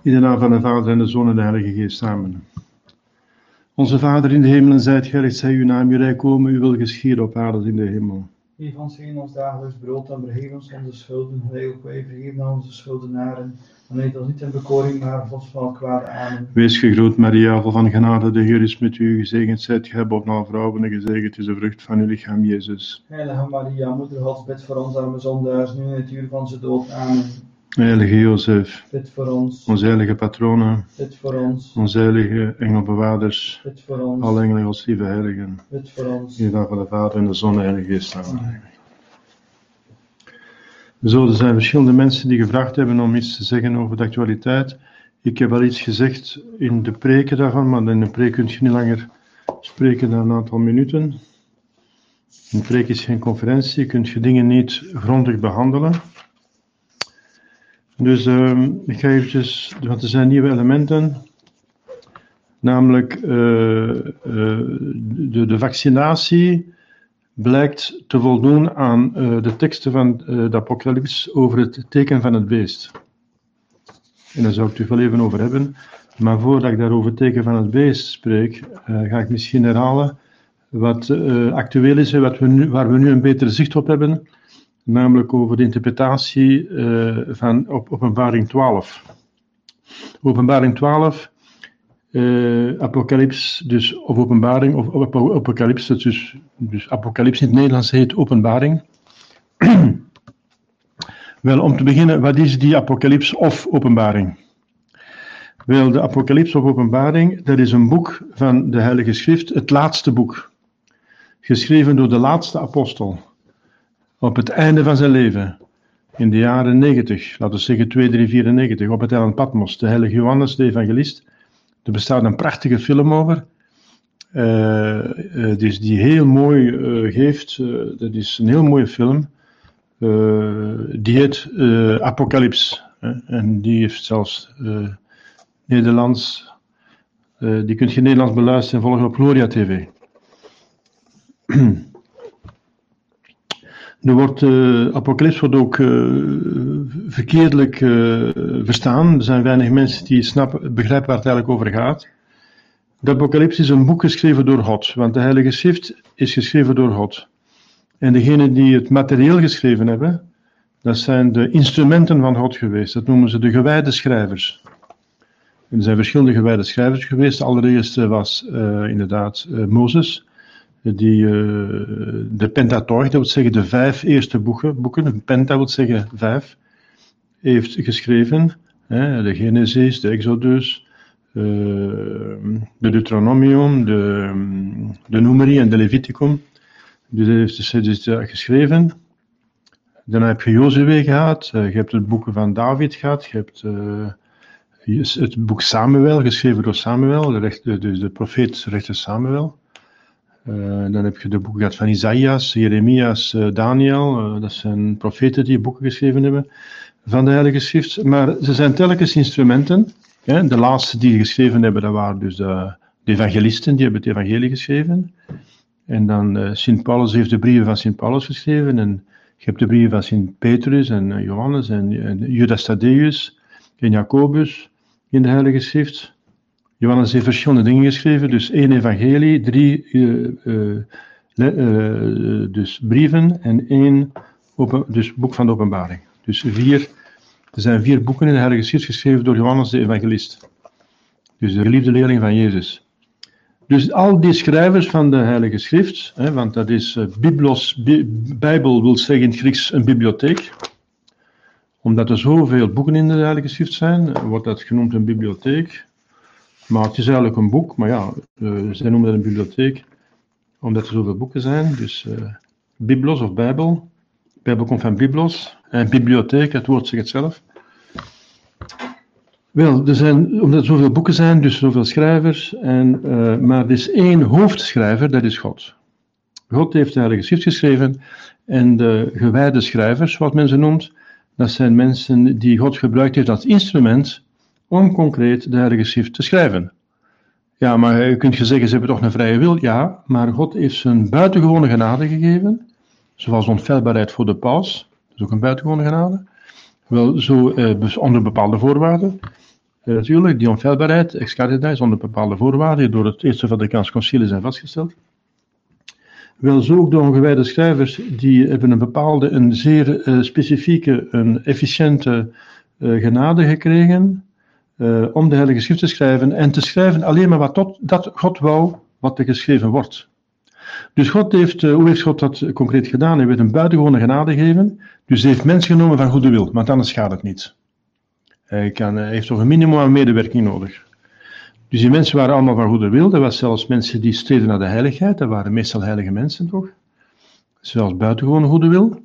In de naam van de Vader en de Zoon en de Heilige Geest, amen. Onze Vader in de hemelen, zijt geheiligd zij uw naam, uw rijk komen, uw wil geschieden op aarde als in de hemel. Geef ons heden ons dagelijks brood en vergeef ons onze schulden, gelijk ook wij vergeven aan onze schuldenaren. En leid ons niet in bekoring, maar verlos van het kwade. Amen. Wees gegroet, Maria, vol van genade, de Heer is met u. Gezegend zijt gij boven alle vrouwen en gezegend is de vrucht van uw lichaam, Jezus. Heilige Maria, moeder Gods, bid voor ons arme zondaars, nu in het uur van onze dood. Amen. Heilige Jozef, Bid voor ons. onze heilige patronen, Bid voor ons. onze heilige engelbewaarders, Bid voor ons. alle engelen, Gods lieve heiligen. Bid voor ons. In de naam van de Vader en de Zoon en de Heilige Geest, amen. Zo, er zijn verschillende mensen die gevraagd hebben om iets te zeggen over de actualiteit. Ik heb al iets gezegd in de preken daarvan, maar in de preek kun je niet langer spreken dan een aantal minuten. Een preek is geen conferentie, je kunt je dingen niet grondig behandelen. Dus ik ga eventjes, want er zijn nieuwe elementen, namelijk de vaccinatie blijkt te voldoen aan de teksten van de Apocalyps over het teken van het beest. En daar zou ik het wel even over hebben. Maar voordat ik daarover het teken van het beest spreek, ga ik misschien herhalen wat actueel is en waar we nu een beter zicht op hebben. Namelijk over de interpretatie van Openbaring 12. Openbaring 12, Apocalyps, dus, of Openbaring, of Apocalyps, dus Apocalyps in het Nederlands heet Openbaring. Wel, om te beginnen, wat is die Apocalyps of Openbaring? Wel, de Apocalyps of Openbaring, dat is een boek van de Heilige Schrift, het laatste boek. Geschreven door de laatste apostel. Op het einde van zijn leven, in de jaren 90, laten we zeggen 2394, op het eiland Patmos, de heilige Johannes, de evangelist. Er bestaat een prachtige film over, dus die heel mooi geeft, dat is een heel mooie film, die heet Apocalyps, en die heeft zelfs Nederlands, die kunt je Nederlands beluisteren en volgen op Gloria TV. Apocalyps wordt ook verkeerdelijk verstaan. Er zijn weinig mensen die begrijpen waar het eigenlijk over gaat. De Apocalyps is een boek geschreven door God, want de Heilige Schrift is geschreven door God. En degenen die het materieel geschreven hebben, dat zijn de instrumenten van God geweest. Dat noemen ze de gewijde schrijvers. Er zijn verschillende gewijde schrijvers geweest. De allereerste was inderdaad Mozes. Die de Pentateuch, dat wil zeggen de 5 eerste boeken, een Penta wil zeggen 5, heeft geschreven. De Genesis, de Exodus, de Deuteronomium, de Numeri en de Leviticum. Dus hij heeft dus geschreven. Daarna heb je Jozue gehad, je hebt het boeken van David gehad, je hebt het boek Samuel, geschreven door Samuel, de profeet rechter Samuel. Dan heb je de boeken gehad van Isaïas, Jeremias, Daniel. Dat zijn profeten die boeken geschreven hebben van de Heilige Schrift. Maar ze zijn telkens instrumenten. De laatste die geschreven hebben, dat waren dus de evangelisten, die hebben het evangelie geschreven. En dan Sint Paulus heeft de brieven van Sint Paulus geschreven. En je hebt de brieven van Sint Petrus en Johannes en Judas Thaddeus en Jacobus in de Heilige Schrift. Johannes heeft verschillende dingen geschreven, dus 1 evangelie, 3 dus brieven en 1 dus boek van de openbaring. Dus er zijn 4 boeken in de Heilige Schrift geschreven door Johannes de evangelist. Dus de geliefde leerling van Jezus. Dus al die schrijvers van de Heilige Schrift, want dat is Bijbel wil zeggen in het Grieks een bibliotheek. Omdat er zoveel boeken in de Heilige Schrift zijn, wordt dat genoemd een bibliotheek. Maar het is eigenlijk een boek, maar ja, zij noemen dat een bibliotheek, omdat er zoveel boeken zijn. Dus Biblos of Bijbel. Bijbel komt van Biblos. En bibliotheek, het woord zegt het zelf. Wel, omdat er zoveel boeken zijn, dus zoveel schrijvers. Maar er is 1 hoofdschrijver, dat is God. God heeft de Heilige Schrift geschreven. En de gewijde schrijvers, wat men ze noemt, dat zijn mensen die God gebruikt heeft als instrument om concreet de Heilige Schrift te schrijven. Ja, maar je kunt zeggen, ze hebben toch een vrije wil? Ja, maar God heeft zijn buitengewone genade gegeven, zoals onfeilbaarheid voor de paus, dat is ook een buitengewone genade, wel zo onder bepaalde voorwaarden. Natuurlijk, die onfeilbaarheid, ex cathedra, is onder bepaalde voorwaarden, die door het Eerste Vaticaans Concilie zijn vastgesteld. Wel, zo ook de ongewijde schrijvers, die hebben een bepaalde, een zeer specifieke, een efficiënte genade gekregen om de Heilige Schrift te schrijven en te schrijven alleen maar dat God wou, wat er geschreven wordt. Dus God heeft, hoe heeft God dat concreet gedaan? Hij heeft een buitengewone genade gegeven, dus hij heeft mensen genomen van goede wil, want anders gaat het niet. Hij heeft toch een minimum aan medewerking nodig. Dus die mensen waren allemaal van goede wil. Dat was zelfs mensen die streden naar de heiligheid. Dat waren meestal heilige mensen toch. Zelfs buitengewoon goede wil.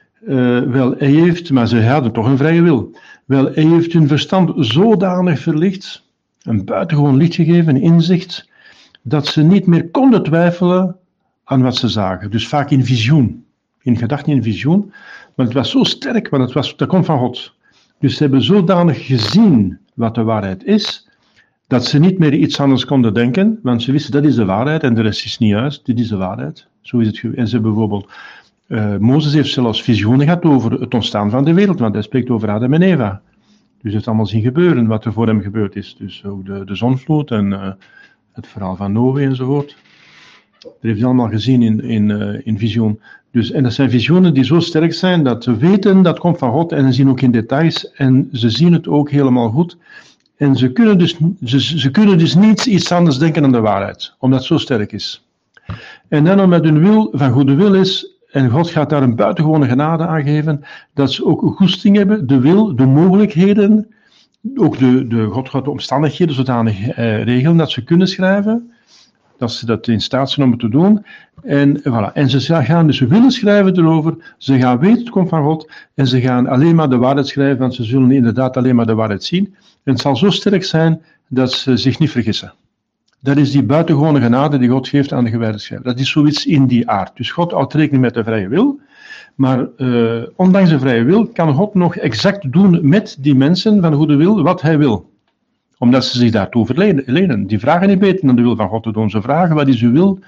Maar ze hadden toch een vrije wil. Wel, hij heeft hun verstand zodanig verlicht, een buitengewoon licht gegeven, een inzicht, dat ze niet meer konden twijfelen aan wat ze zagen. Dus vaak in visioen. In gedachten in visioen. Maar het was zo sterk, want dat komt van God. Dus ze hebben zodanig gezien wat de waarheid is, dat ze niet meer iets anders konden denken, want ze wisten dat is de waarheid en de rest is niet juist, dit is de waarheid. Zo is het. En ze hebben bijvoorbeeld, Mozes heeft zelfs visioenen gehad over het ontstaan van de wereld, want hij spreekt over Adam en Eva. Dus hij heeft allemaal zien gebeuren wat er voor hem gebeurd is. Dus ook de zonvloed en het verhaal van Noé enzovoort. Dat heeft hij allemaal gezien in visioen. Dus, en dat zijn visioenen die zo sterk zijn dat ze weten dat komt van God en ze zien ook in details en ze zien het ook helemaal goed. En ze kunnen dus niet iets anders denken dan de waarheid, omdat het zo sterk is. En dan omdat hun wil van goede wil is, en God gaat daar een buitengewone genade aan geven, dat ze ook een goesting hebben, de wil, de mogelijkheden, ook God gaat de omstandigheden zodanig regelen dat ze kunnen schrijven, dat ze dat in staat zijn om het te doen. En, voilà. En ze gaan dus willen schrijven erover, ze gaan weten het komt van God, en ze gaan alleen maar de waarheid schrijven, want ze zullen inderdaad alleen maar de waarheid zien. En het zal zo sterk zijn dat ze zich niet vergissen. Dat is die buitengewone genade die God geeft aan de gewijde schrijver. Dat is zoiets in die aard. Dus God houdt rekening met de vrije wil, maar ondanks de vrije wil kan God nog exact doen met die mensen van de goede wil wat hij wil. Omdat ze zich daartoe verlenen. Die vragen niet beter dan de wil van God te doen. Ze vragen wat is uw wil.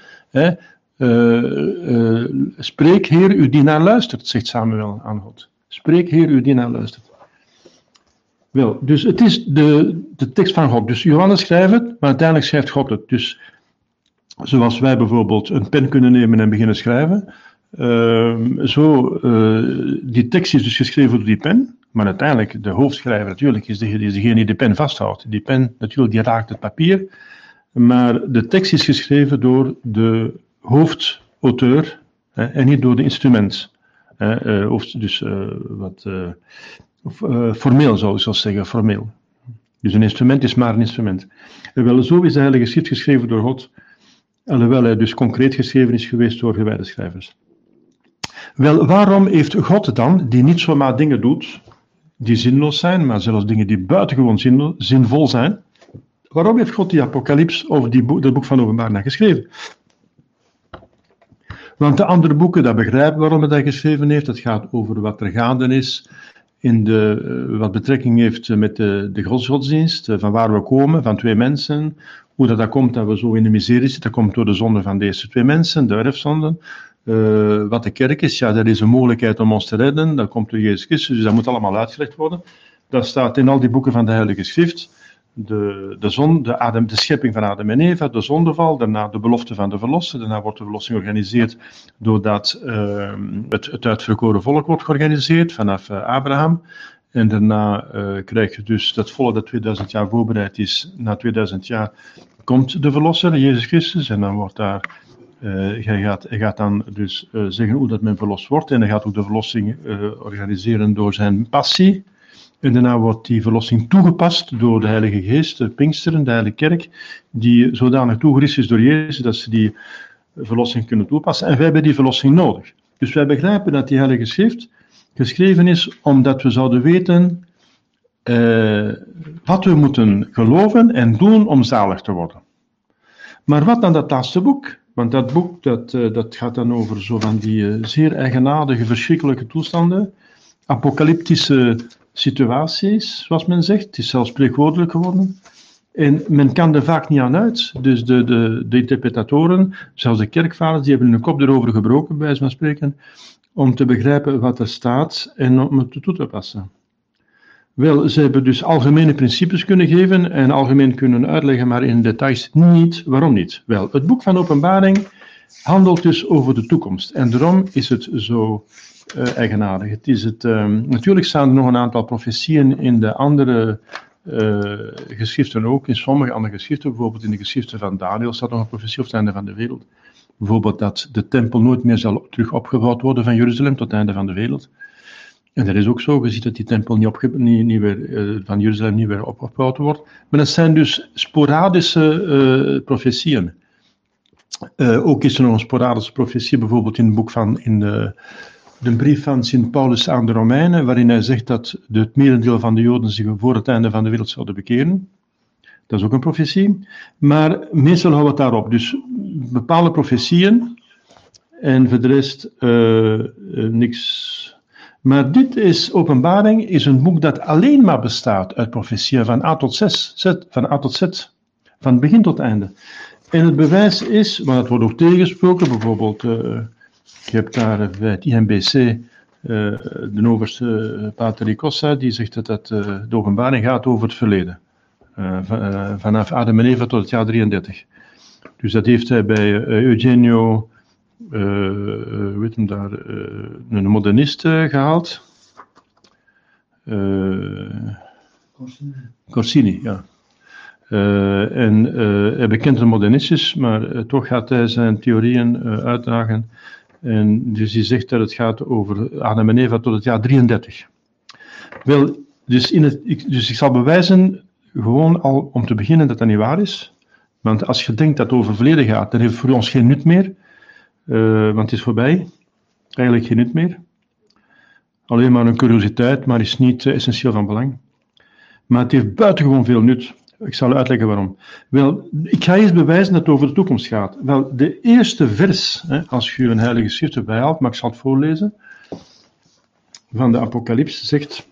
Spreek, Heer, uw dienaar luistert, zegt Samuel aan God. Spreek, Heer, uw dienaar luistert. Wel, dus het is de tekst van God. Dus Johannes schrijft het, maar uiteindelijk schrijft God het. Dus zoals wij bijvoorbeeld een pen kunnen nemen en beginnen schrijven. Die tekst is dus geschreven door die pen. Maar uiteindelijk, de hoofdschrijver natuurlijk is degene die de pen vasthoudt. Die pen natuurlijk, die raakt het papier. Maar de tekst is geschreven door de hoofdauteur en niet door de instrument. Formeel zou ik zeggen, formeel. Dus een instrument is maar een instrument. En wel, zo is de Heilige Schrift geschreven door God, alhoewel hij dus concreet geschreven is geweest door gewijde schrijvers. Wel, waarom heeft God dan, die niet zomaar dingen doet, die zinloos zijn, maar zelfs dingen die buitengewoon zinvol zijn, waarom heeft God die Apocalyps, of dat boek van Openbaring, geschreven? Want de andere boeken, dat begrijpen waarom hij dat geschreven heeft. Dat gaat over wat er gaande is, wat betrekking heeft met de godsdienst, van waar we komen, van twee mensen. Hoe dat komt dat we zo in de miserie zitten, dat komt door de zonde van deze twee mensen, de erfzonden. Wat de kerk is, ja, dat is een mogelijkheid om ons te redden, dat komt door Jezus Christus, dus dat moet allemaal uitgelegd worden. Dat staat in al die boeken van de Heilige Schrift. De schepping van Adam en Eva, de zondeval, daarna de belofte van de verlosser, daarna wordt de verlossing georganiseerd doordat het uitverkoren volk wordt georganiseerd vanaf Abraham. En daarna krijg je dus dat volk dat 2000 jaar voorbereid is, na 2000 jaar komt de verlosser, Jezus Christus, en dan wordt daar... Hij gaat dan dus zeggen hoe dat men verlost wordt en hij gaat ook de verlossing organiseren door zijn passie. En daarna wordt die verlossing toegepast door de Heilige Geest, de Pinksteren, de Heilige Kerk, die zodanig toegerust is door Jezus dat ze die verlossing kunnen toepassen. En wij hebben die verlossing nodig. Dus wij begrijpen dat die Heilige Schrift geschreven is omdat we zouden weten wat we moeten geloven en doen om zalig te worden. Maar wat dan dat laatste boek? Want dat boek dat gaat dan over zo van die zeer eigenaardige, verschrikkelijke toestanden, apocalyptische situaties, zoals men zegt. Het is zelfs spreekwoordelijk geworden. En men kan er vaak niet aan uit. Dus de interpretatoren, zelfs de kerkvaders, die hebben hun kop erover gebroken, bij wijze van spreken, om te begrijpen wat er staat en om het toe te passen. Wel, ze hebben dus algemene principes kunnen geven en algemeen kunnen uitleggen, maar in details niet. Waarom niet? Wel, het boek van Openbaring handelt dus over de toekomst. En daarom is het zo eigenaardig. Natuurlijk staan er nog een aantal profetieën in de andere geschriften ook. In sommige andere geschriften, bijvoorbeeld in de geschriften van Daniel, staat nog een profetie op het einde van de wereld. Bijvoorbeeld dat de tempel nooit meer zal terug opgebouwd worden van Jeruzalem tot het einde van de wereld. En dat is ook zo. Je ziet dat die tempel van Jeruzalem niet weer opgebouwd wordt. Maar dat zijn dus sporadische profetieën. Ook is er nog een sporadische profetie, bijvoorbeeld in de brief van Sint Paulus aan de Romeinen, waarin hij zegt dat het merendeel van de Joden zich voor het einde van de wereld zouden bekeren. Dat is ook een profetie. Maar meestal houden we het daarop. Dus bepaalde profetieën en voor de rest niks. Maar Openbaring is een boek dat alleen maar bestaat uit profetieën van A tot Z, van begin tot einde. En het bewijs is, want het wordt ook tegengesproken, bijvoorbeeld, je hebt daar bij het IMBC de overste Pater Ricossa, die zegt dat de Openbaring gaat over het verleden. Vanaf Adam en Eva tot het jaar 33. Dus dat heeft hij bij Eugenio, een modernist gehaald. Corsini, ja. Hij bekent een modernist is, maar toch gaat hij zijn theorieën uitdragen. En dus hij zegt dat het gaat over Adam en Eva tot het jaar 33. Wel, dus ik zal bewijzen, gewoon al om te beginnen, dat dat niet waar is. Want als je denkt dat het over verleden gaat, dan heeft het voor ons geen nut meer. Want het is voorbij. Eigenlijk geen nut meer. Alleen maar een curiositeit, maar is niet essentieel van belang. Maar het heeft buitengewoon veel nut. Ik zal uitleggen waarom. Wel, ik ga eerst bewijzen dat het over de toekomst gaat. Wel, de eerste vers, als je een heilige schrift erbij haalt, maar ik zal het voorlezen, van de Apocalyps zegt,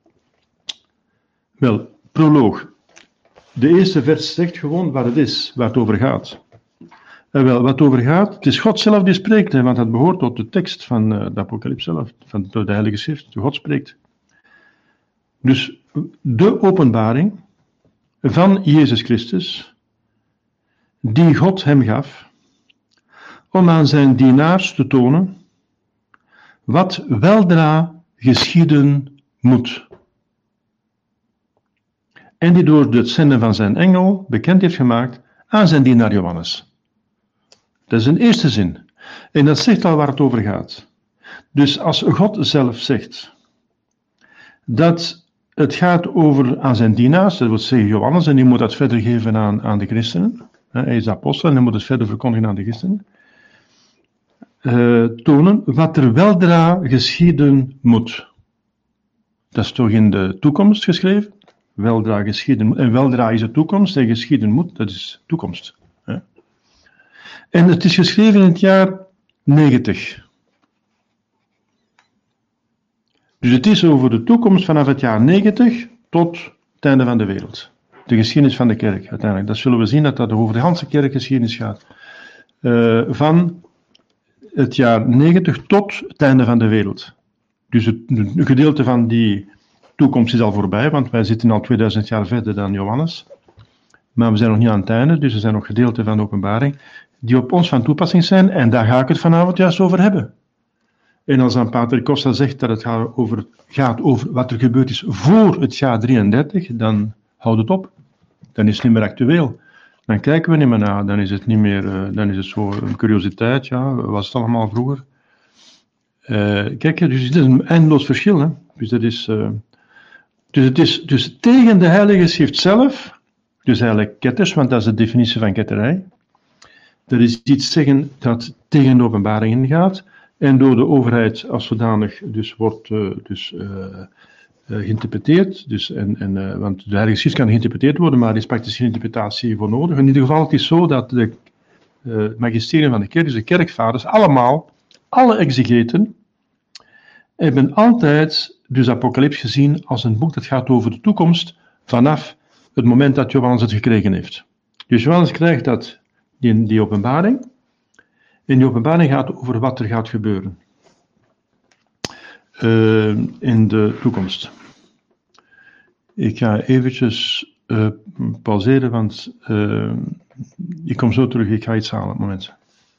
wel, proloog. De eerste vers zegt gewoon wat het is, waar het over gaat. Wel, wat over gaat, het is God zelf die spreekt, want het behoort tot de tekst van de Apocalyps zelf, van de heilige schrift, God spreekt. Dus de openbaring van Jezus Christus, die God hem gaf, om aan zijn dienaars te tonen wat weldra geschieden moet. En die door het zenden van zijn engel bekend heeft gemaakt aan zijn dienaar Johannes. Dat is een eerste zin. En dat zegt al waar het over gaat. Dus als God zelf zegt dat het gaat over aan zijn dienaars, dat wil zeggen Johannes, en die moet dat verder geven aan de christenen. Hij is de apostel en hij moet het verder verkondigen aan de christenen. Tonen wat er weldra geschieden moet. Dat is toch in de toekomst geschreven? Weldra geschieden. En weldra is de toekomst en geschieden moet, dat is toekomst. En het is geschreven in het jaar 90. Dus het is over de toekomst vanaf het jaar 90 tot het einde van de wereld. De geschiedenis van de kerk uiteindelijk. Dat zullen we zien dat dat over de hele kerkgeschiedenis gaat. Van het jaar 90 tot het einde van de wereld. Dus het gedeelte van die toekomst is al voorbij, want wij zitten al 2000 jaar verder dan Johannes. Maar we zijn nog niet aan het einde, dus er zijn nog gedeelten van de openbaring die op ons van toepassing zijn, en daar ga ik het vanavond juist over hebben. En als dan Pater Costa zegt dat het gaat over wat er gebeurd is voor het jaar 33, dan houd het op. Dan is het niet meer actueel. Dan kijken we niet meer naar, dan is het niet meer, dan is het zo een curiositeit, ja, wat was het allemaal vroeger? Kijk, dus het is een eindeloos verschil, hè. Dus dat is, dus het is dus tegen de Heilige Schrift zelf, dus eigenlijk ketters, want dat is de definitie van ketterij. Dat is iets zeggen dat tegen de openbaring ingaat en door de overheid als zodanig dus wordt geïnterpreteerd. Dus, want de Heilige Schrift kan geïnterpreteerd worden, maar er is praktisch geen interpretatie voor nodig. In ieder geval, het is zo dat de magisterium van de kerk, dus de kerkvaders, allemaal, alle exegeten, hebben altijd dus Apocalyps gezien als een boek dat gaat over de toekomst vanaf het moment dat Johannes het gekregen heeft. Dus Johannes krijgt dat, die openbaring, en die openbaring gaat over wat er gaat gebeuren in de toekomst. Ik ga eventjes pauzeren, want ik kom zo terug. Ik ga iets halen op het moment.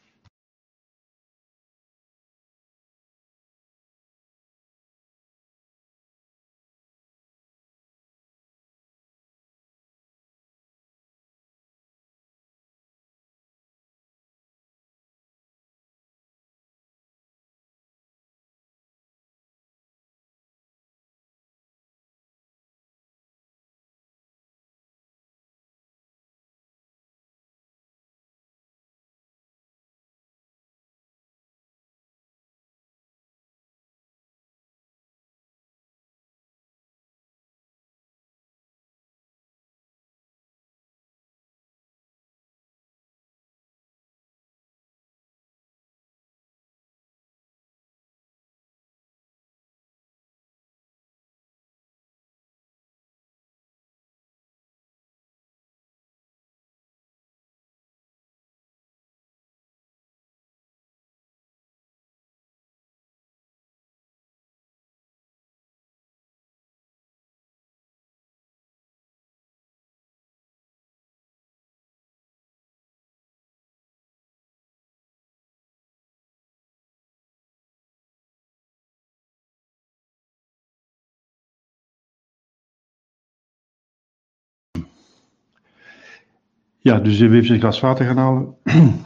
Ja, dus even een glas water gaan halen.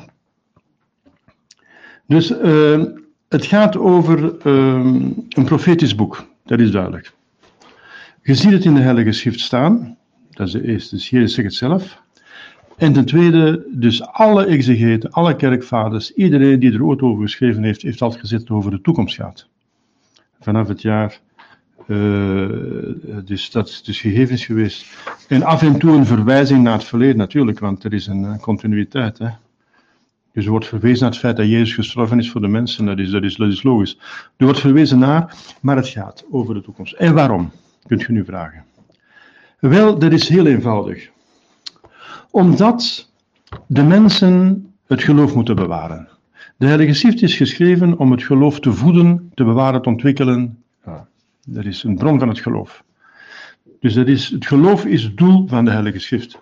Dus het gaat over een profetisch boek, dat is duidelijk. Je ziet het in de Heilige Schrift staan, dat is de eerste, dus Jezus zegt het zelf. En ten tweede, dus alle exegeten, alle kerkvaders, iedereen die er ooit over geschreven heeft, heeft altijd gezegd dat het over de toekomst gaat. Vanaf het jaar, dus dat is dus gegevens geweest. En af en toe een verwijzing naar het verleden natuurlijk, want er is een continuïteit. Hè. Dus er wordt verwezen naar het feit dat Jezus gestorven is voor de mensen, dat is logisch. Er wordt verwezen naar, maar het gaat over de toekomst. En waarom, kunt u nu vragen? Wel, dat is heel eenvoudig. Omdat de mensen het geloof moeten bewaren. De Heilige Schrift is geschreven om het geloof te voeden, te bewaren, te ontwikkelen. Ja, dat is een bron van het geloof. Dus het geloof is het doel van de Heilige Schrift.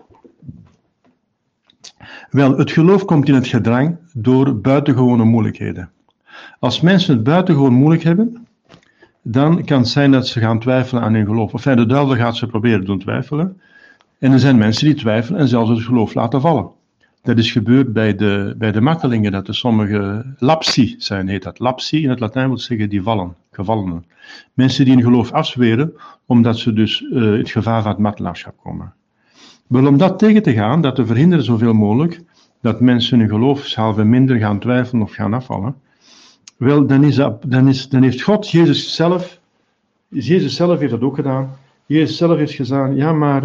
Wel, het geloof komt in het gedrang door buitengewone moeilijkheden. Als mensen het buitengewoon moeilijk hebben, dan kan het zijn dat ze gaan twijfelen aan hun geloof. Enfin, de duivel gaat ze proberen doen twijfelen. En er zijn mensen die twijfelen en zelfs het geloof laten vallen. Dat is gebeurd bij de martelingen, dat er sommige lapsi zijn, heet dat. Lapsi in het Latijn wil zeggen die vallen, gevallenen. Mensen die hun geloof afzweren, omdat ze dus het gevaar van het martelaarschap komen. Wel, om dat tegen te gaan, dat te verhinderen zoveel mogelijk, dat mensen hun geloofshalve minder gaan twijfelen of gaan afvallen, wel, dan heeft God, Jezus zelf heeft dat ook gedaan. Jezus zelf heeft gezegd, ja maar,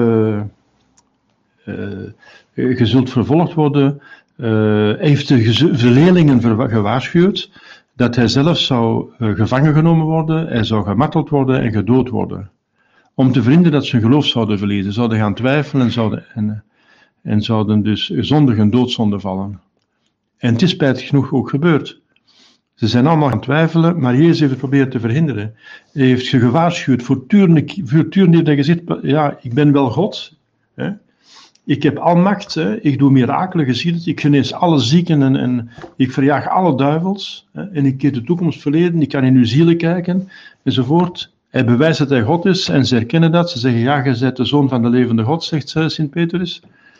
je zult vervolgd worden. Hij heeft de leerlingen gewaarschuwd dat hij zelf zou gevangen genomen worden, hij zou gemarteld worden en gedood worden. Om te verhinderen dat ze hun geloof zouden verliezen, zouden gaan twijfelen en zouden dus zondigen doodzonde vallen. En het is spijtig genoeg ook gebeurd. Ze zijn allemaal gaan twijfelen, maar Jezus heeft het proberen te verhinderen. Hij heeft ze gewaarschuwd, voortdurend heeft hij gezegd, ja, ik ben wel God, hè? Ik heb almacht, hè? Ik doe mirakelen, je ziet het, ik genees alle zieken en ik verjaag alle duivels, hè? En ik keer de toekomst verleden, ik kan in uw zielen kijken, enzovoort. Hij bewijst dat hij God is en ze herkennen dat. Ze zeggen, ja, je bent de zoon van de levende God, zegt Sint-Petrus.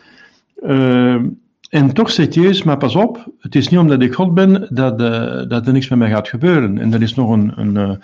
En toch zegt Jezus, maar pas op, het is niet omdat ik God ben dat er niks met mij gaat gebeuren. En dat is nog een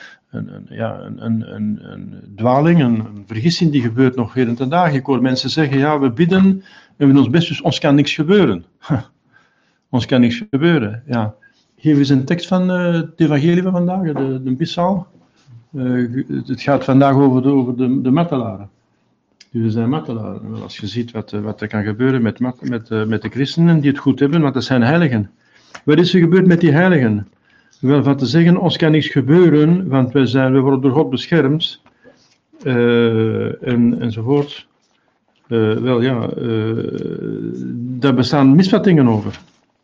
dwaling, een vergissing die gebeurt nog heden ten dagen. Ik hoor mensen zeggen, ja, we bidden en we doen ons best, dus ons kan niks gebeuren. Ons kan niks gebeuren, ja. Geef eens een tekst van het evangelie van vandaag, de Psalm. Het gaat vandaag over de martelaren. Dus er zijn martelaren. Als je ziet wat er kan gebeuren met de christenen die het goed hebben, want dat zijn heiligen. Wat is er gebeurd met die heiligen? Wel, van te zeggen, ons kan niks gebeuren, want we worden door God beschermd, enzovoort. Daar bestaan misvattingen over.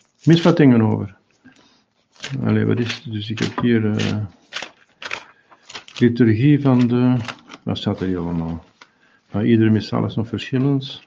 Allee, wat is het? Dus ik heb hier liturgie van de... Wat staat er hier allemaal? Maar iedere missaal is nog verschillend.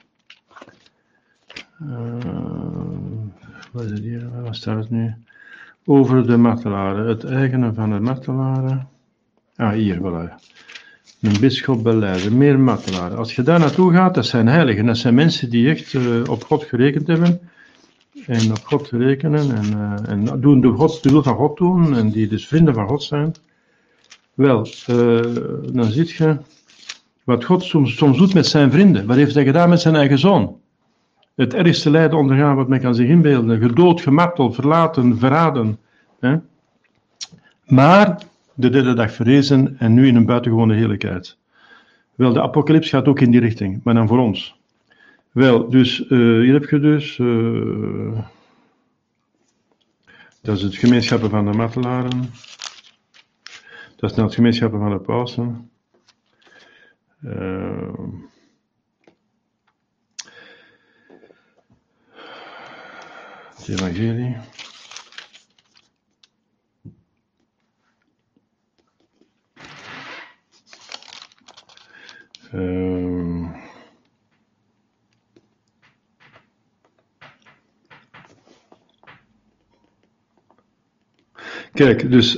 Wat is het hier? Waar staat het nu? Over de martelaren. Het eigene van de martelaren. Hier, voilà. Een bisschop belijden. Meer martelaren. Als je daar naartoe gaat, dat zijn heiligen. Dat zijn mensen die echt op God gerekend hebben. En op God rekenen. En doen de wil van God doen. En die dus vrienden van God zijn. Wel, dan zie je wat God soms doet met zijn vrienden. Wat heeft hij gedaan met zijn eigen zoon? Het ergste lijden ondergaan wat men kan zich inbeelden. Gedood, gemarteld, verlaten, verraden. Hè? Maar de derde dag verrezen en nu in een buitengewone heerlijkheid. Wel, de apocalyps gaat ook in die richting, maar dan voor ons. Wel, dus hier heb je dus... dat is het gemeenschappen van de martelaren. Dat is nou het gemeenschappen van de pausen. Het evangelie. Kijk, dus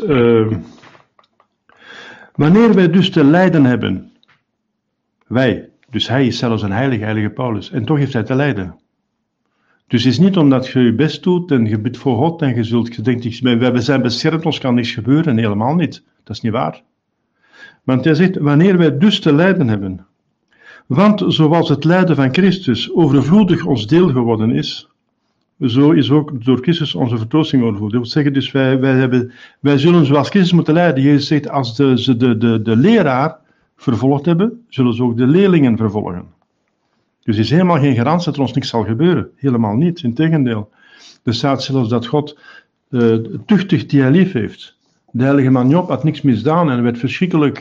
wanneer wij dus te lijden hebben, wij, dus hij is zelfs een heilige Paulus, en toch heeft hij te lijden. Dus het is niet omdat je je best doet en je bidt voor God en je denkt, we zijn beschermd, ons kan niks gebeuren, helemaal niet. Dat is niet waar. Want hij zegt, wanneer wij dus te lijden hebben, want zoals het lijden van Christus overvloedig ons deel geworden is, zo is ook door Christus onze vertroosting overvloedig. Dat wil zeggen, dus wij zullen zoals Christus moeten lijden. Jezus zegt, als ze de leraar vervolgd hebben, zullen ze ook de leerlingen vervolgen. Dus er is helemaal geen garantie dat er ons niks zal gebeuren. Helemaal niet, integendeel. Er staat zelfs dat God tuchtigt die hij lief heeft. De heilige man Job had niks misdaan en werd verschrikkelijk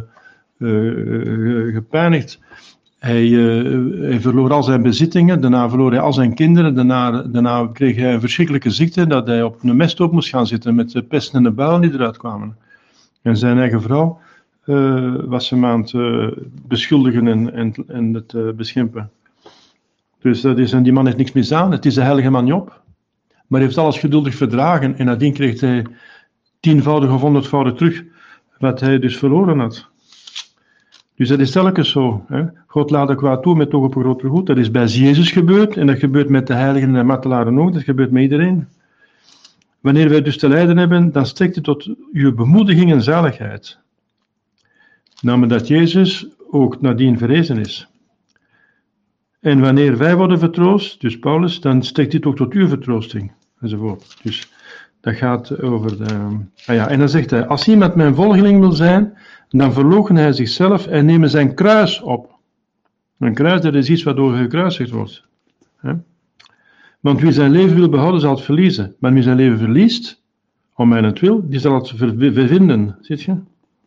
gepijnigd. Hij verloor al zijn bezittingen, daarna verloor hij al zijn kinderen, daarna kreeg hij een verschrikkelijke ziekte, dat hij op een mesthoop moest gaan zitten met de pesten en de builen die eruit kwamen. En zijn eigen vrouw was hem aan het beschuldigen en het beschimpen. Dus die man heeft niks misdaan, het is de heilige man Job. Maar hij heeft alles geduldig verdragen en nadien kreeg hij 10-voudig of 100-voudig terug wat hij dus verloren had. Dus dat is telkens zo. Hè? God laat het kwaad toe met toch op een groter goed. Dat is bij Jezus gebeurd en dat gebeurt met de heiligen en de martelaren ook. Dat gebeurt met iedereen. Wanneer wij dus te lijden hebben, dan strekt het tot uw bemoediging en zaligheid. Namelijk dat Jezus ook nadien verrezen is. En wanneer wij worden vertroost, dus Paulus, dan strekt dit ook tot uw vertroosting. Enzovoort. Dus dat gaat over de... En dan zegt hij, als iemand mijn volgeling wil zijn, dan verloochent hij zichzelf en neemt zijn kruis op. Een kruis, dat is iets waardoor gekruisigd wordt. Want wie zijn leven wil behouden, zal het verliezen. Maar wie zijn leven verliest, om mijnentwil, die zal het vinden. Ziet je?